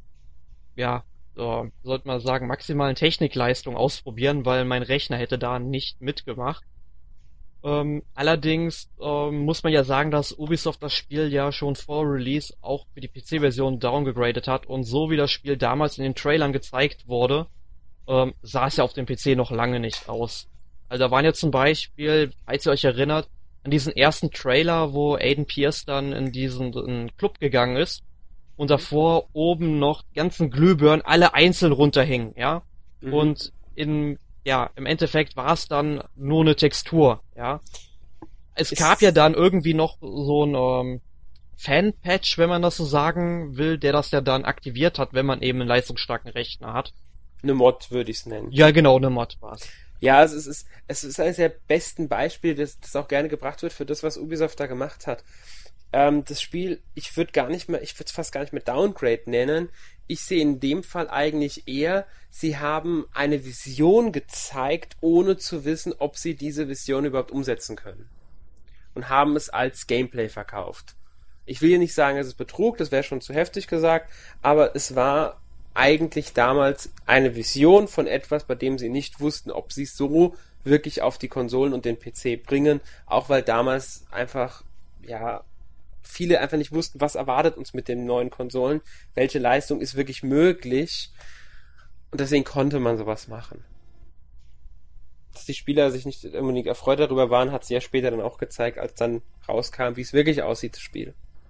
sollte man sagen, maximalen Technikleistung ausprobieren, weil mein Rechner hätte da nicht mitgemacht. Allerdings muss man ja sagen, dass Ubisoft das Spiel ja schon vor Release auch für die PC-Version downgegradet hat und so wie das Spiel damals in den Trailern gezeigt wurde, sah es ja auf dem PC noch lange nicht aus. Also da waren ja zum Beispiel, falls ihr euch erinnert, an diesen ersten Trailer, wo Aiden Pierce dann in diesen Club gegangen ist und davor oben noch die ganzen Glühbirnen alle einzeln runterhingen, ja. Und im Endeffekt war es dann nur eine Textur, ja. Es gab ja dann irgendwie noch so ein Fan-Patch, wenn man das so sagen will, der das ja dann aktiviert hat, wenn man eben einen leistungsstarken Rechner hat. Eine Mod würde ich es nennen. Ja, genau, eine Mod war's. Ja, es ist eines der besten Beispiele, das auch gerne gebracht wird für das, was Ubisoft da gemacht hat. Das Spiel, ich würde es fast gar nicht mehr Downgrade nennen. Ich sehe in dem Fall eigentlich eher, sie haben eine Vision gezeigt, ohne zu wissen, ob sie diese Vision überhaupt umsetzen können. Und haben es als Gameplay verkauft. Ich will hier nicht sagen, es ist Betrug, das wäre schon zu heftig gesagt, aber es war eigentlich damals eine Vision von etwas, bei dem sie nicht wussten, ob sie es so wirklich auf die Konsolen und den PC bringen, auch weil damals einfach, viele einfach nicht wussten, was erwartet uns mit den neuen Konsolen, welche Leistung ist wirklich möglich. Und deswegen konnte man sowas machen. Dass die Spieler sich nicht unbedingt erfreut darüber waren, hat sich ja später dann auch gezeigt, als dann rauskam, wie es wirklich aussieht, das Spiel.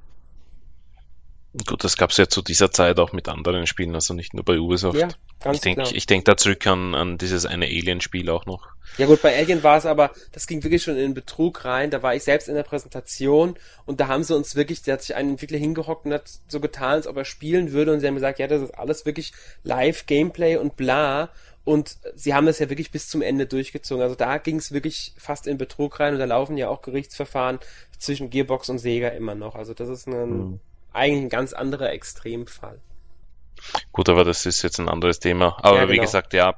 Gut, das gab es ja zu dieser Zeit auch mit anderen Spielen, also nicht nur bei Ubisoft. Ja, ganz klar. Ich denk da zurück an dieses eine Alien-Spiel auch noch. Ja gut, bei Alien war es aber, das ging wirklich schon in den Betrug rein, da war ich selbst in der Präsentation und da haben sie uns wirklich, da hat sich ein Entwickler hingehockt und hat so getan, als ob er spielen würde und sie haben gesagt, ja, das ist alles wirklich Live-Gameplay und bla und sie haben das ja wirklich bis zum Ende durchgezogen, also da ging es wirklich fast in Betrug rein und da laufen ja auch Gerichtsverfahren zwischen Gearbox und Sega immer noch, also das ist eigentlich ein ganz anderer Extremfall. Gut, aber das ist jetzt ein anderes Thema. Aber Ja, wie genau. gesagt, ja,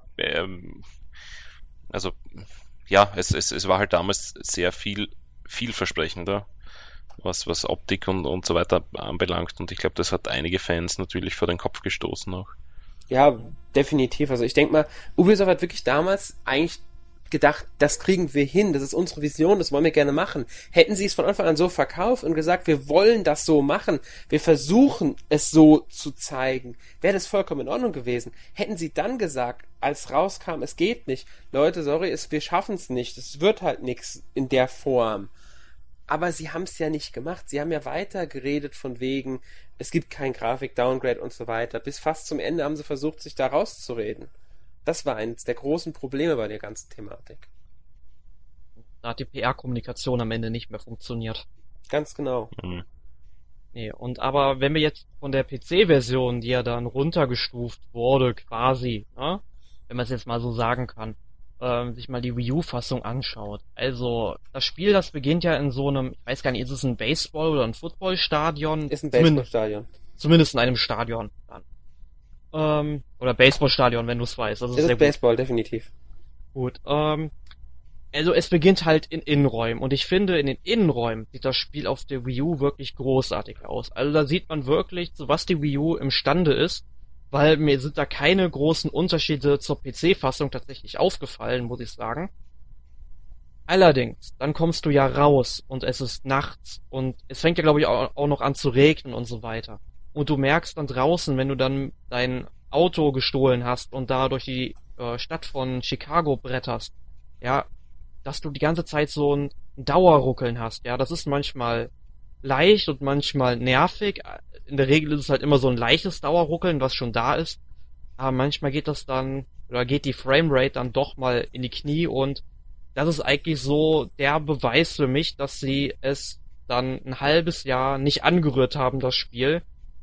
also ja, es war halt damals sehr vielversprechender, was Optik und so weiter anbelangt. Und ich glaube, das hat einige Fans natürlich vor den Kopf gestoßen auch. Ja, definitiv. Also ich denke mal, Ubisoft hat wirklich damals eigentlich gedacht, das kriegen wir hin, das ist unsere Vision, das wollen wir gerne machen. Hätten sie es von Anfang an so verkauft und gesagt, wir wollen das so machen, wir versuchen es so zu zeigen, wäre das vollkommen in Ordnung gewesen. Hätten sie dann gesagt, als rauskam, es geht nicht, Leute, sorry, wir schaffen es nicht, es wird halt nichts in der Form. Aber sie haben es ja nicht gemacht, sie haben ja weiter geredet von wegen, es gibt kein Grafik-Downgrade und so weiter. Bis fast zum Ende haben sie versucht, sich da rauszureden. Das war eines der großen Probleme bei der ganzen Thematik. Da hat die PR-Kommunikation am Ende nicht mehr funktioniert. Ganz genau. Mhm. Nee, aber wenn wir jetzt von der PC-Version, die ja dann runtergestuft wurde, quasi, ne, wenn man es jetzt mal so sagen kann, sich mal die Wii U-Fassung anschaut. Also, das Spiel, das beginnt ja in so einem, ich weiß gar nicht, ist es ein Baseball- oder ein Footballstadion? Ist ein Baseballstadion. Zumindest in einem Stadion dann. Oder Baseballstadion, wenn du es weißt. Das ist Es sehr ist Baseball, definitiv. gut. Also es beginnt halt in Innenräumen und ich finde, in den Innenräumen sieht das Spiel auf der Wii U wirklich großartig aus. Also da sieht man wirklich, zu was die Wii U imstande ist, weil mir sind da keine großen Unterschiede zur PC-Fassung tatsächlich aufgefallen, muss ich sagen. Allerdings, dann kommst du ja raus und es ist nachts und es fängt ja, glaube ich, auch noch an zu regnen und so weiter. Und du merkst dann draußen, wenn du dann dein Auto gestohlen hast und da durch die Stadt von Chicago bretterst, ja, dass du die ganze Zeit so ein Dauerruckeln hast, ja, das ist manchmal leicht und manchmal nervig. In der Regel ist es halt immer so ein leichtes Dauerruckeln, was schon da ist. Aber manchmal geht das dann, oder geht die Framerate dann doch mal in die Knie und das ist eigentlich so der Beweis für mich, dass sie es dann ein halbes Jahr nicht angerührt haben, das Spiel.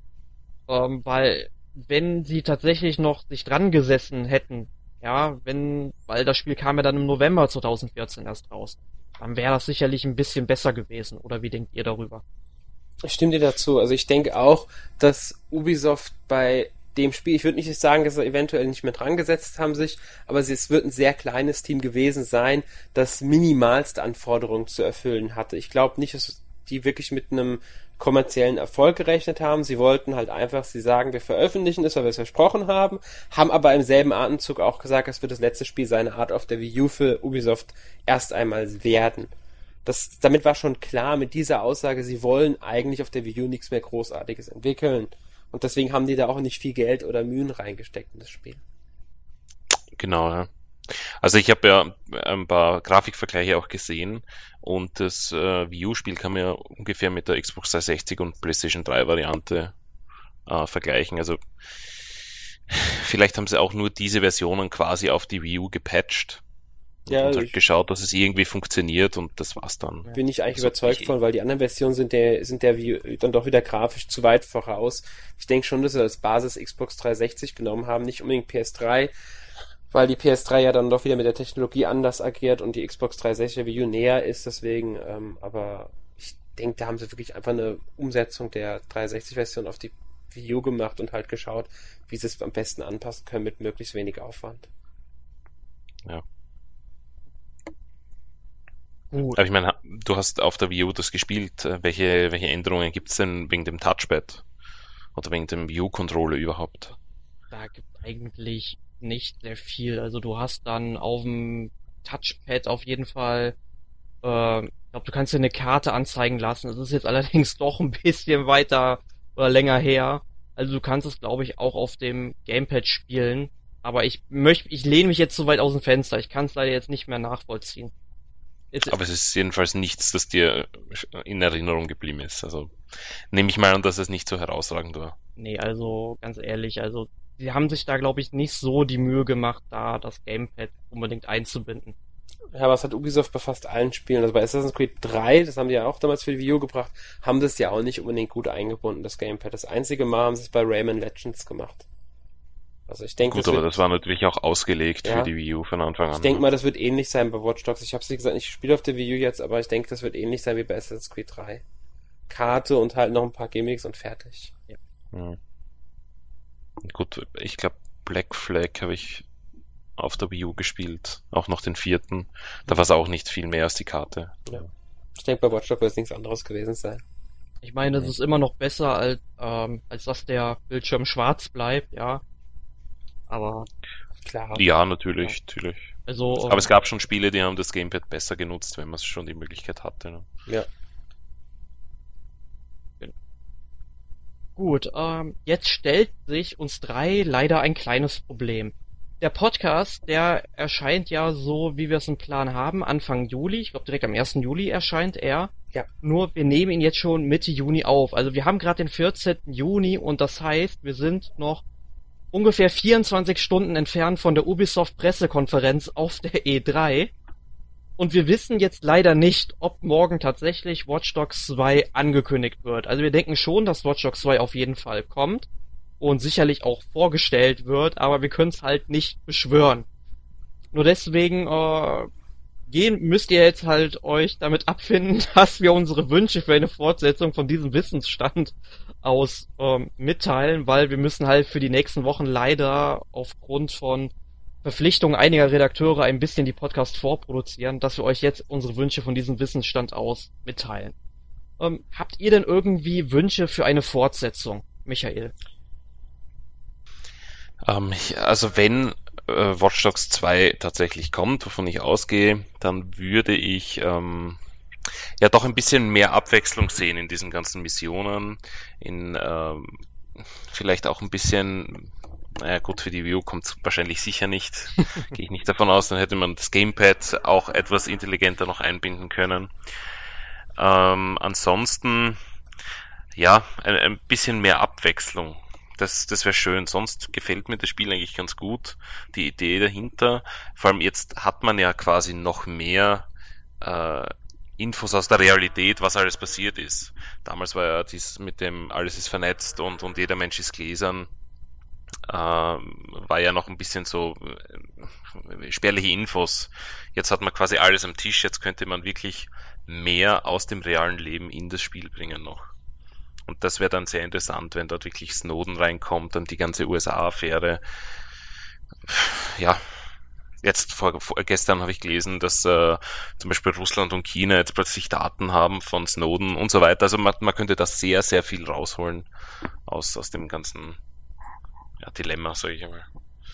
Weil wenn sie tatsächlich noch sich dran gesessen hätten, ja, weil das Spiel kam ja dann im November 2014 erst raus, dann wäre das sicherlich ein bisschen besser gewesen. Oder wie denkt ihr darüber? Ich stimme dir dazu. Also ich denke auch, dass Ubisoft bei dem Spiel, ich würde nicht sagen, dass sie eventuell nicht mehr dran gesetzt haben sich, aber es wird ein sehr kleines Team gewesen sein, das minimalste Anforderungen zu erfüllen hatte. Ich glaube nicht, dass die wirklich mit einem kommerziellen Erfolg gerechnet haben. Sie wollten halt einfach, sie sagen, wir veröffentlichen es, weil wir es versprochen haben, haben aber im selben Atemzug auch gesagt, es wird das letzte Spiel seiner Art auf der Wii U für Ubisoft erst einmal werden. Damit war schon klar mit dieser Aussage, sie wollen eigentlich auf der Wii U nichts mehr Großartiges entwickeln. Und deswegen haben die da auch nicht viel Geld oder Mühen reingesteckt in das Spiel. Genau, ja. Also ich habe ja ein paar Grafikvergleiche auch gesehen und das Wii U-Spiel kann man ja ungefähr mit der Xbox 360 und PlayStation 3 Variante vergleichen. Also vielleicht haben sie auch nur diese Versionen quasi auf die Wii U gepatcht Ja, und halt geschaut, dass es irgendwie funktioniert und das war's dann. Bin ich eigentlich Also überzeugt von, weil die anderen Versionen sind der Wii U dann doch wieder grafisch zu weit voraus. Ich denke schon, dass sie als Basis Xbox 360 genommen haben, nicht unbedingt PS3, weil die PS3 ja dann doch wieder mit der Technologie anders agiert und die Xbox 360 der Wii U näher ist, deswegen, aber ich denke, da haben sie wirklich einfach eine Umsetzung der 360-Version auf die Wii U gemacht und halt geschaut, wie sie es am besten anpassen können mit möglichst wenig Aufwand. Ja. Gut. Aber ich meine, du hast auf der Wii U das gespielt. Welche Änderungen gibt's denn wegen dem Touchpad? Oder wegen dem Wii U-Controller überhaupt? Da gibt eigentlich nicht sehr viel. Also du hast dann auf dem Touchpad auf jeden Fall, ich glaube, du kannst dir eine Karte anzeigen lassen. Das ist jetzt allerdings doch ein bisschen weiter oder länger her. Also du kannst es, glaube ich, auch auf dem Gamepad spielen. Aber ich lehne mich jetzt so weit aus dem Fenster. Ich kann es leider jetzt nicht mehr nachvollziehen. Aber es ist jedenfalls nichts, das dir in Erinnerung geblieben ist. Also nehme ich mal an, dass es nicht so herausragend war. Nee, also ganz ehrlich, also sie haben sich da, glaube ich, nicht so die Mühe gemacht, da das Gamepad unbedingt einzubinden. Ja, aber es hat Ubisoft bei fast allen Spielen. Also bei Assassin's Creed 3, das haben die ja auch damals für die Wii U gebracht, haben das ja auch nicht unbedingt gut eingebunden, das Gamepad. Das einzige Mal haben sie es bei Rayman Legends gemacht. Also ich denke, gut, aber das war natürlich auch ausgelegt ja, für die Wii U von Anfang an. Ich denke mal, das wird ähnlich sein bei Watch Dogs. Ich habe es wie gesagt nicht gespielt auf der Wii U jetzt, aber ich denke, das wird ähnlich sein wie bei Assassin's Creed 3. Karte und halt noch ein paar Gimmicks und fertig. Ja. Mhm. Gut, ich glaube, Black Flag habe ich auf der Wii U gespielt, auch noch den 4. Da war es auch nicht viel mehr als die Karte. Ja. Ich denke, bei Watch Dogs wird es nichts anderes gewesen sein. Ich meine, es ist immer noch besser, als dass der Bildschirm schwarz bleibt, ja. Aber Klar. Ja, natürlich. also, Aber es gab schon Spiele, die haben das Gamepad besser genutzt, wenn man es schon die Möglichkeit hatte. Ne? Ja. gut, jetzt stellt sich uns 3 leider ein kleines Problem. Der Podcast, der erscheint ja so, wie wir es im Plan haben, Anfang Juli. Ich glaube, direkt am 1. Juli erscheint er. Ja. Nur wir nehmen ihn jetzt schon Mitte Juni auf. Also wir haben gerade den 14. Juni und das heißt, wir sind noch ungefähr 24 Stunden entfernt von der Ubisoft-Pressekonferenz auf der E3. Und wir wissen jetzt leider nicht, ob morgen tatsächlich Watch Dogs 2 angekündigt wird. Also wir denken schon, dass Watch Dogs 2 auf jeden Fall kommt und sicherlich auch vorgestellt wird, aber wir können es halt nicht beschwören. Nur deswegen müsst ihr jetzt halt euch damit abfinden, dass wir unsere Wünsche für eine Fortsetzung von diesem Wissensstand aus mitteilen, weil wir müssen halt für die nächsten Wochen leider aufgrund von Verpflichtungen einiger Redakteure ein bisschen die Podcast vorproduzieren, dass wir euch jetzt unsere Wünsche von diesem Wissensstand aus mitteilen. Habt ihr denn irgendwie Wünsche für eine Fortsetzung, Michael? Also wenn Watch Dogs 2 tatsächlich kommt, wovon ich ausgehe, dann würde ich ja doch ein bisschen mehr Abwechslung sehen in diesen ganzen Missionen, in vielleicht auch ein bisschen, naja gut, für die Wii U kommt es wahrscheinlich sicher nicht, gehe ich nicht davon aus, dann hätte man das Gamepad auch etwas intelligenter noch einbinden können. Ansonsten, ja, ein bisschen mehr Abwechslung. Das wäre schön. Sonst gefällt mir das Spiel eigentlich ganz gut. Die Idee dahinter. Vor allem jetzt hat man ja quasi noch mehr Infos aus der Realität, was alles passiert ist. Damals war ja dies mit dem alles ist vernetzt und jeder Mensch ist gläsern. War ja noch ein bisschen so spärliche Infos. Jetzt hat man quasi alles am Tisch. Jetzt könnte man wirklich mehr aus dem realen Leben in das Spiel bringen noch. Und das wäre dann sehr interessant, wenn dort wirklich Snowden reinkommt und die ganze USA-Affäre. Ja, jetzt gestern habe ich gelesen, dass zum Beispiel Russland und China jetzt plötzlich Daten haben von Snowden und so weiter. Also man könnte da sehr, sehr viel rausholen aus dem ganzen Dilemma, sage ich einmal.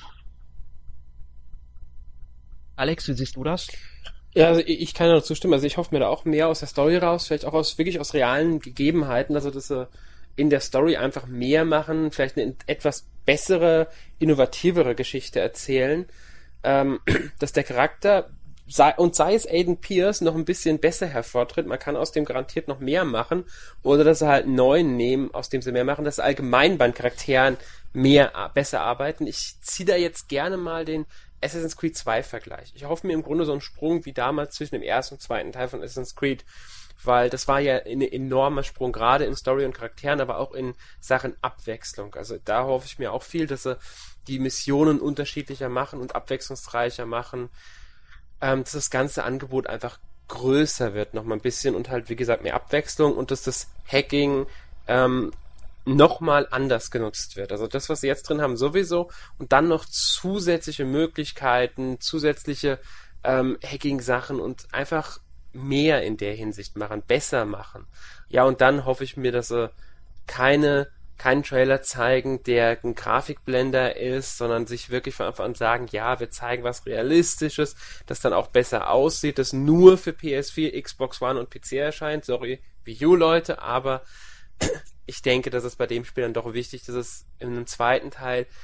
Alex, wie siehst du das? Ja, also ich kann dazu zustimmen. Also ich hoffe mir da auch mehr aus der Story raus, vielleicht auch wirklich aus realen Gegebenheiten, also dass sie in der Story einfach mehr machen, vielleicht eine etwas bessere, innovativere Geschichte erzählen, dass der Charakter, sei es Aiden Pierce, noch ein bisschen besser hervortritt. Man kann aus dem garantiert noch mehr machen, oder dass sie halt einen neuen nehmen, aus dem sie mehr machen, dass sie allgemein bei den Charakteren besser arbeiten. Ich ziehe da jetzt gerne mal den Assassin's Creed 2 Vergleich. Ich hoffe mir im Grunde so einen Sprung wie damals zwischen dem ersten und zweiten Teil von Assassin's Creed, weil das war ja ein enormer Sprung, gerade in Story und Charakteren, aber auch in Sachen Abwechslung. Also da hoffe ich mir auch viel, dass sie die Missionen unterschiedlicher machen und abwechslungsreicher machen, dass das ganze Angebot einfach größer wird, noch mal ein bisschen, und halt, wie gesagt, mehr Abwechslung, und dass das Hacking nochmal anders genutzt wird. Also das, was sie jetzt drin haben, sowieso, und dann noch zusätzliche Möglichkeiten, zusätzliche Hacking-Sachen und einfach mehr in der Hinsicht machen, besser machen. Ja, und dann hoffe ich mir, dass sie keinen Trailer zeigen, der ein Grafikblender ist, sondern sich wirklich von Anfang an sagen, ja, wir zeigen was Realistisches, das dann auch besser aussieht, das nur für PS4, Xbox One und PC erscheint. Sorry, Wii U Leute, aber ich denke, dass es bei dem Spiel dann doch wichtig ist, dass es in einem zweiten Teil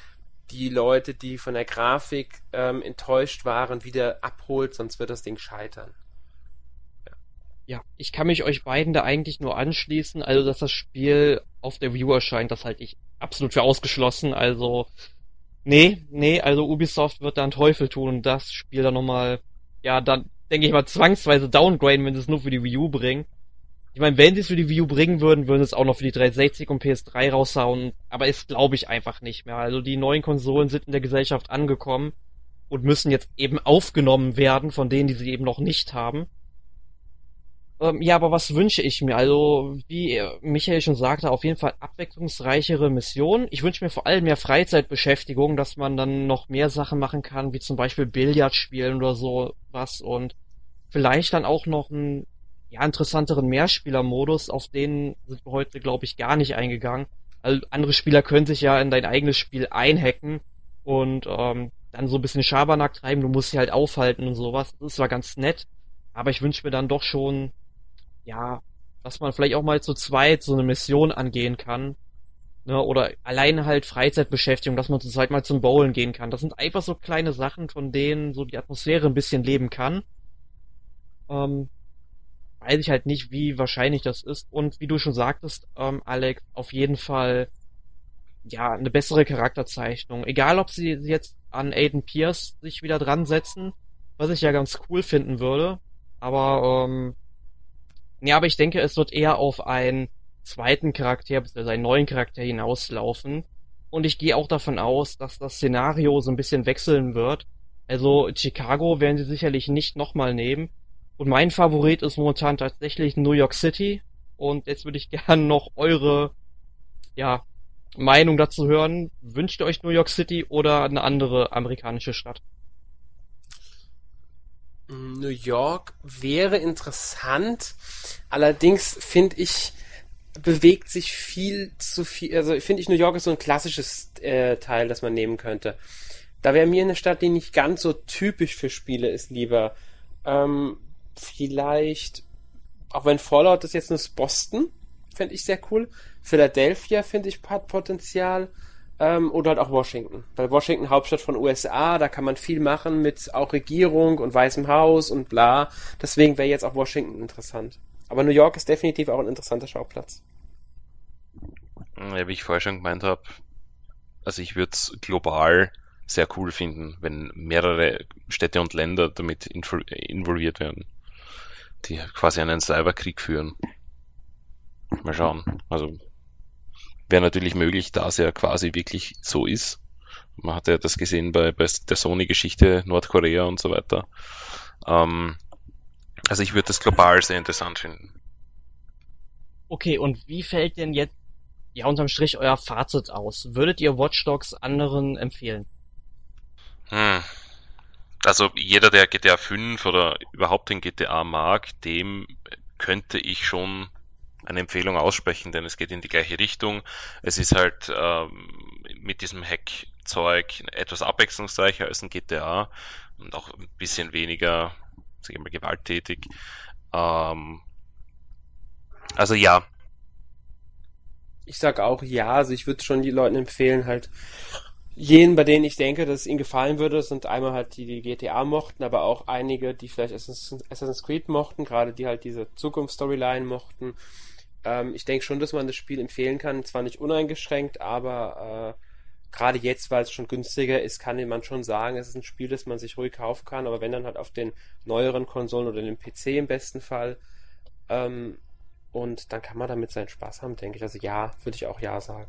die Leute, die von der Grafik enttäuscht waren, wieder abholt, sonst wird das Ding scheitern. Ja, ich kann mich euch beiden da eigentlich nur anschließen. Also, dass das Spiel auf der Wii U erscheint, das halte ich absolut für ausgeschlossen. Also, nee, also Ubisoft wird da einen Teufel tun und das Spiel dann nochmal, ja, dann denke ich mal zwangsweise downgraden, wenn sie es nur für die Wii U bringen. Ich meine, wenn sie es für die Wii U bringen würden, würden sie es auch noch für die 360 und PS3 raushauen, aber ist glaube ich einfach nicht mehr. Also die neuen Konsolen sind in der Gesellschaft angekommen und müssen jetzt eben aufgenommen werden von denen, die sie eben noch nicht haben. Ja, aber was wünsche ich mir? Also, wie Michael schon sagte, auf jeden Fall abwechslungsreichere Missionen. Ich wünsche mir vor allem mehr Freizeitbeschäftigung, dass man dann noch mehr Sachen machen kann, wie zum Beispiel Billard spielen oder so was und vielleicht dann auch noch einen, ja, interessanteren Mehrspielermodus, auf den sind wir heute, glaube ich, gar nicht eingegangen. Also andere Spieler können sich ja in dein eigenes Spiel einhacken und dann so ein bisschen Schabernack treiben, du musst sie halt aufhalten und sowas. Das ist zwar ganz nett, aber ich wünsche mir dann doch schon, ja, dass man vielleicht auch mal zu zweit so eine Mission angehen kann, ne, oder alleine halt Freizeitbeschäftigung, dass man zu zweit mal zum Bowlen gehen kann. Das sind einfach so kleine Sachen, von denen so die Atmosphäre ein bisschen leben kann. Weiß ich halt nicht, wie wahrscheinlich das ist. Und wie du schon sagtest, Alex, auf jeden Fall, ja, eine bessere Charakterzeichnung. Egal, ob sie jetzt an Aiden Pierce sich wieder dran setzen, was ich ja ganz cool finden würde. Aber, ja, aber ich denke, es wird eher auf einen zweiten Charakter, beziehungsweise einen neuen Charakter hinauslaufen. Und ich gehe auch davon aus, dass das Szenario so ein bisschen wechseln wird. Also Chicago werden sie sicherlich nicht nochmal nehmen. Und mein Favorit ist momentan tatsächlich New York City. Und jetzt würde ich gerne noch eure, ja, Meinung dazu hören. Wünscht ihr euch New York City oder eine andere amerikanische Stadt? New York wäre interessant, allerdings finde ich, bewegt sich viel zu viel, also finde ich, New York ist so ein klassisches Teil, das man nehmen könnte. Da wäre mir eine Stadt, die nicht ganz so typisch für Spiele ist, lieber. Vielleicht, auch wenn Fallout das jetzt nur ist, Boston, finde ich sehr cool. Philadelphia, finde ich, hat Potenzial. Oder halt auch Washington. Weil Washington Hauptstadt von USA, da kann man viel machen mit auch Regierung und Weißem Haus und bla. Deswegen wäre jetzt auch Washington interessant. Aber New York ist definitiv auch ein interessanter Schauplatz. Ja, wie ich vorher schon gemeint habe, also ich würde es global sehr cool finden, wenn mehrere Städte und Länder damit involviert werden, die quasi einen Cyberkrieg führen. Mal schauen. Also wäre natürlich möglich, da es ja quasi wirklich so ist. Man hat ja das gesehen bei der Sony-Geschichte, Nordkorea und so weiter. Also ich würde das global sehr interessant finden. Okay, und wie fällt denn jetzt, ja, unterm Strich euer Fazit aus? Würdet ihr Watch Dogs anderen empfehlen? Also jeder, der GTA 5 oder überhaupt den GTA mag, dem könnte ich schon eine Empfehlung aussprechen, denn es geht in die gleiche Richtung. Es ist halt mit diesem Hack-Zeug etwas abwechslungsreicher als ein GTA und auch ein bisschen weniger, sag ich mal, gewalttätig. Also ja. Ich sag auch ja, also ich würde schon die Leuten empfehlen, halt jenen, bei denen ich denke, dass es ihnen gefallen würde, sind einmal halt die GTA mochten, aber auch einige, die vielleicht Assassin's Creed mochten, gerade die halt diese Zukunftsstoryline mochten. Ich denke schon, dass man das Spiel empfehlen kann, zwar nicht uneingeschränkt, aber gerade jetzt, weil es schon günstiger ist, kann man schon sagen, es ist ein Spiel, das man sich ruhig kaufen kann, aber wenn dann halt auf den neueren Konsolen oder dem PC im besten Fall. Und dann kann man damit seinen Spaß haben, denke ich. Also ja, würde ich auch ja sagen.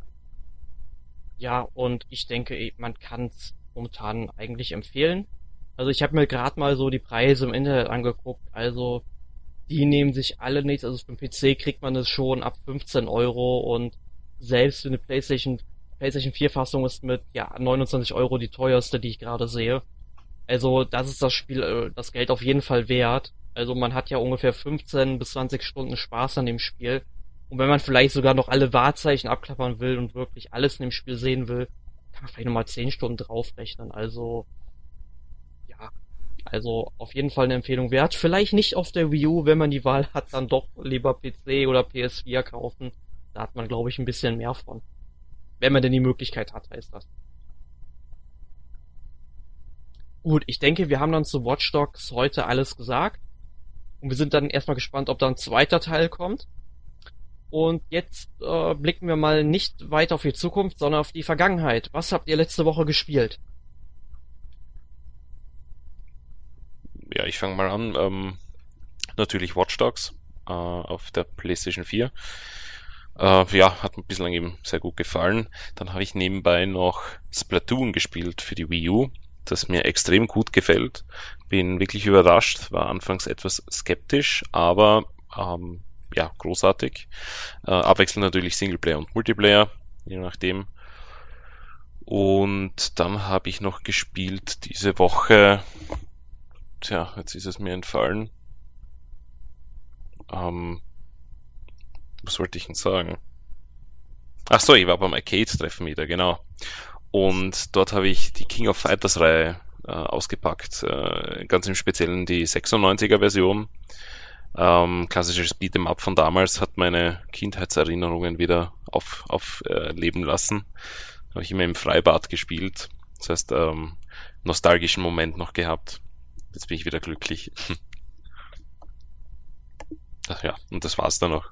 Ja, und ich denke, man kann es momentan eigentlich empfehlen. Also ich habe mir gerade mal so die Preise im Internet angeguckt, also die nehmen sich alle nichts, also für den PC kriegt man es schon ab 15 Euro und selbst für eine PlayStation 4 Fassung ist mit, ja, 29 Euro die teuerste, die ich gerade sehe. Also das ist das Spiel, das Geld auf jeden Fall wert. Also man hat ja ungefähr 15 bis 20 Stunden Spaß an dem Spiel. Und wenn man vielleicht sogar noch alle Wahrzeichen abklappern will und wirklich alles in dem Spiel sehen will, kann man vielleicht nochmal 10 Stunden draufrechnen. Also, ja, also auf jeden Fall eine Empfehlung wert. Vielleicht nicht auf der Wii U, wenn man die Wahl hat, dann doch lieber PC oder PS4 kaufen. Da hat man, glaube ich, ein bisschen mehr von. Wenn man denn die Möglichkeit hat, heißt das. Gut, ich denke, wir haben dann zu Watch Dogs heute alles gesagt. Und wir sind dann erstmal gespannt, ob da ein zweiter Teil kommt. Und jetzt blicken wir mal nicht weiter auf die Zukunft, sondern auf die Vergangenheit. Was habt ihr letzte Woche gespielt? Ja, ich fange mal an. Natürlich Watch Dogs auf der PlayStation 4. Ja, hat mir bislang eben sehr gut gefallen. Dann habe ich nebenbei noch Splatoon gespielt für die Wii U, das mir extrem gut gefällt. Bin wirklich überrascht, war anfangs etwas skeptisch, aber ja, großartig. Abwechselnd natürlich Singleplayer und Multiplayer, je nachdem. Und dann habe ich noch gespielt diese Woche. Tja, jetzt ist es mir entfallen. Was wollte ich denn sagen? Ach so, ich war beim Arcade-Treffen wieder, genau. Und dort habe ich die King of Fighters-Reihe ausgepackt. Ganz im Speziellen die 96er-Version. Klassisches Beat'em Up von damals hat meine Kindheitserinnerungen wieder aufleben lassen. Habe ich immer im Freibad gespielt. Das heißt, nostalgischen Moment noch gehabt. Jetzt bin ich wieder glücklich. Ach ja, und das war's dann noch.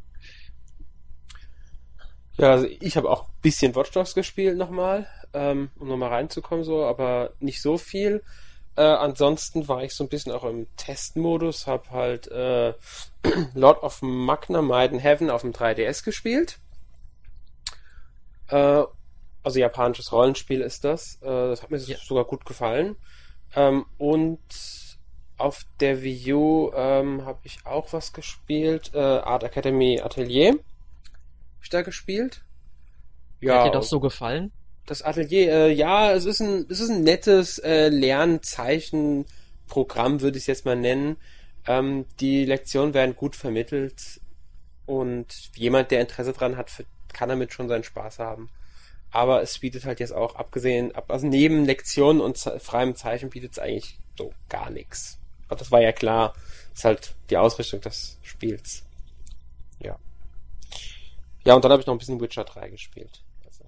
Ja, also ich habe auch ein bisschen Watch Dogs gespielt nochmal, um nochmal reinzukommen, so, aber nicht so viel. Ansonsten war ich so ein bisschen auch im Testmodus, habe halt Lord of Magna Maiden Heaven auf dem 3DS gespielt. Also japanisches Rollenspiel ist das. Das hat mir sogar gut gefallen. Und auf der Wii U habe ich auch was gespielt. Art Academy Atelier habe ich da gespielt. Ja, hat dir das so gefallen? Das Atelier, ja, es ist ein nettes Lernzeichenprogramm, würde ich es jetzt mal nennen. Die Lektionen werden gut vermittelt und jemand, der Interesse dran hat, kann damit schon seinen Spaß haben. Aber es bietet halt jetzt auch, also neben Lektionen und freiem Zeichen bietet es eigentlich so gar nichts. Aber das war ja klar. Das ist halt die Ausrichtung des Spiels. Ja. Ja, und dann habe ich noch ein bisschen Witcher 3 gespielt. Also,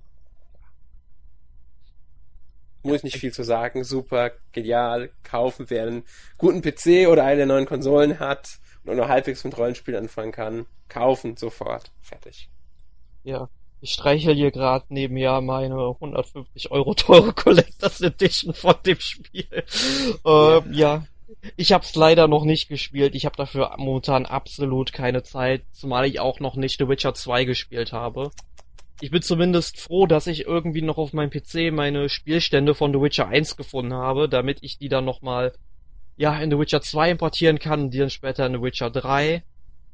ja. Muss nicht viel zu sagen. Super, genial. Kaufen, wer einen guten PC oder eine der neuen Konsolen hat und nur halbwegs mit Rollenspiel anfangen kann. Kaufen, sofort. Fertig. Ja. Ich streichel hier gerade nebenher meine 150 € teure Collectors Edition von dem Spiel. Ja. Ich hab's leider noch nicht gespielt. Ich habe dafür momentan absolut keine Zeit, zumal ich auch noch nicht The Witcher 2 gespielt habe. Ich bin zumindest froh, dass ich irgendwie noch auf meinem PC meine Spielstände von The Witcher 1 gefunden habe, damit ich die dann nochmal, ja, in The Witcher 2 importieren kann und die dann später in The Witcher 3.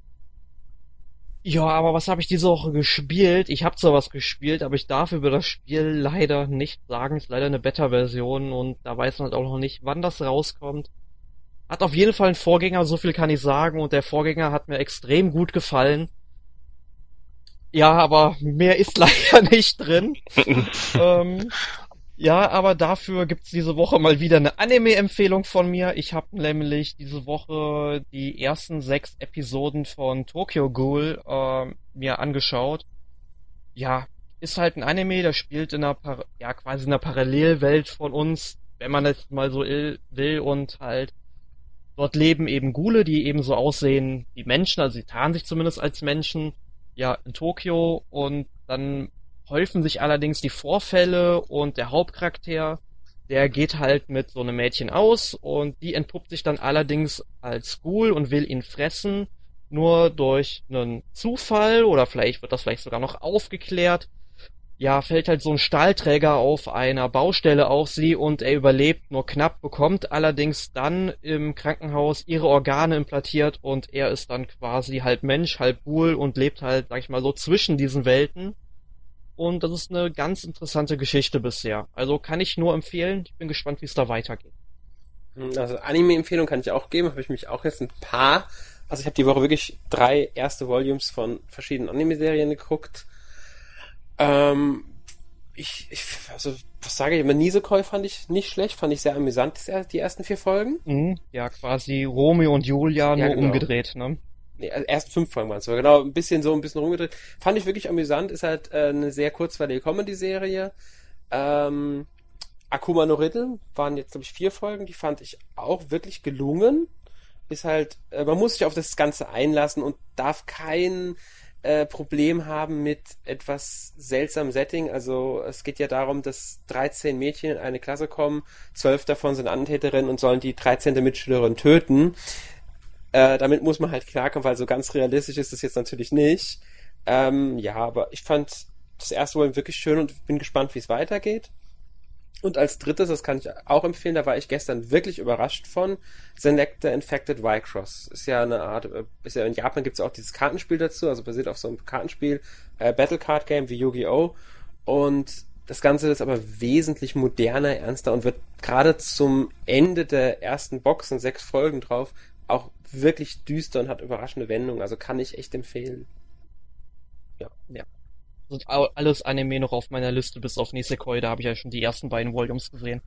Ja, aber was habe ich diese Woche gespielt? Ich habe zwar was gespielt, aber ich darf über das Spiel leider nicht sagen. Es ist leider eine Beta-Version und da weiß man halt auch noch nicht, wann das rauskommt. Hat auf jeden Fall einen Vorgänger, so viel kann ich sagen, und der Vorgänger hat mir extrem gut gefallen. Ja, aber mehr ist leider nicht drin. Ja, aber dafür gibt's diese Woche mal wieder eine Anime-Empfehlung von mir. Ich habe nämlich diese Woche die ersten 6 Episoden von Tokyo Ghoul mir angeschaut. Ja, ist halt ein Anime, der spielt in quasi in einer Parallelwelt von uns, wenn man es mal so will, und halt dort leben eben Ghule, die eben so aussehen wie Menschen, also sie tarnen sich zumindest als Menschen, ja, in Tokio, und dann häufen sich allerdings die Vorfälle und der Hauptcharakter, der geht halt mit so einem Mädchen aus und die entpuppt sich dann allerdings als Ghoul und will ihn fressen, nur durch einen Zufall oder vielleicht wird das sogar noch aufgeklärt. Ja, fällt halt so ein Stahlträger auf einer Baustelle auf sie und er überlebt nur knapp, bekommt allerdings dann im Krankenhaus ihre Organe implantiert und er ist dann quasi halb Mensch, halb Ghoul und lebt halt, sag ich mal so, zwischen diesen Welten. Und das ist eine ganz interessante Geschichte bisher. Also kann ich nur empfehlen. Ich bin gespannt, wie es da weitergeht. Also Anime-Empfehlung kann ich auch geben. Habe ich mich auch jetzt ein paar. Also ich habe die Woche wirklich 3 erste Volumes von verschiedenen Anime-Serien geguckt. Also was sage ich immer, Nisekoi fand ich nicht schlecht, fand ich sehr amüsant, die ersten 4 Folgen. Mhm. Ja, quasi Romeo und Julia, nur genau. Umgedreht, ne? Nee, also erst 5 Folgen waren es sogar, genau, ein bisschen rumgedreht. Fand ich wirklich amüsant, ist halt eine sehr kurzweilige Comedy-Serie. Akuma no Riddle waren jetzt, glaube ich, 4 Folgen, die fand ich auch wirklich gelungen. Ist halt, man muss sich auf das Ganze einlassen und darf kein Problem haben mit etwas seltsamem Setting. Also es geht ja darum, dass 13 Mädchen in eine Klasse kommen, 12 davon sind Attentäterinnen und sollen die 13. Mitschülerin töten. Damit muss man halt klarkommen, weil so ganz realistisch ist das jetzt natürlich nicht. Ja, aber ich fand das erste Mal wirklich schön und bin gespannt, wie es weitergeht. Und als drittes, das kann ich auch empfehlen, da war ich gestern wirklich überrascht von, Select the Infected Vycross. Ist ja eine Art, in Japan gibt es auch dieses Kartenspiel dazu, also basiert auf so einem Kartenspiel, Battle Card Game wie Yu-Gi-Oh! Und das Ganze ist aber wesentlich moderner, ernster und wird gerade zum Ende der ersten Box, sind 6 Folgen drauf, auch wirklich düster und hat überraschende Wendungen, also kann ich echt empfehlen. Ja. Sind alles Anime noch auf meiner Liste, bis auf Nisekoi, da habe ich ja schon die ersten beiden Volumes gesehen.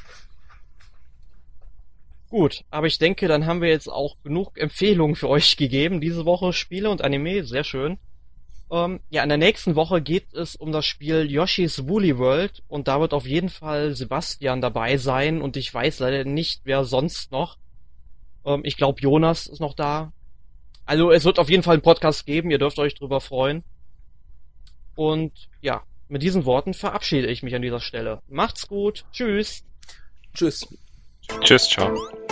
Gut, aber ich denke, dann haben wir jetzt auch genug Empfehlungen für euch gegeben. Diese Woche Spiele und Anime, sehr schön. In der nächsten Woche geht es um das Spiel Yoshi's Woolly World und da wird auf jeden Fall Sebastian dabei sein und ich weiß leider nicht, wer sonst noch. Ich glaube, Jonas ist noch da. Also es wird auf jeden Fall einen Podcast geben, ihr dürft euch drüber freuen. Und ja, mit diesen Worten verabschiede ich mich an dieser Stelle. Macht's gut. Tschüss. Tschüss. Tschüss, ciao.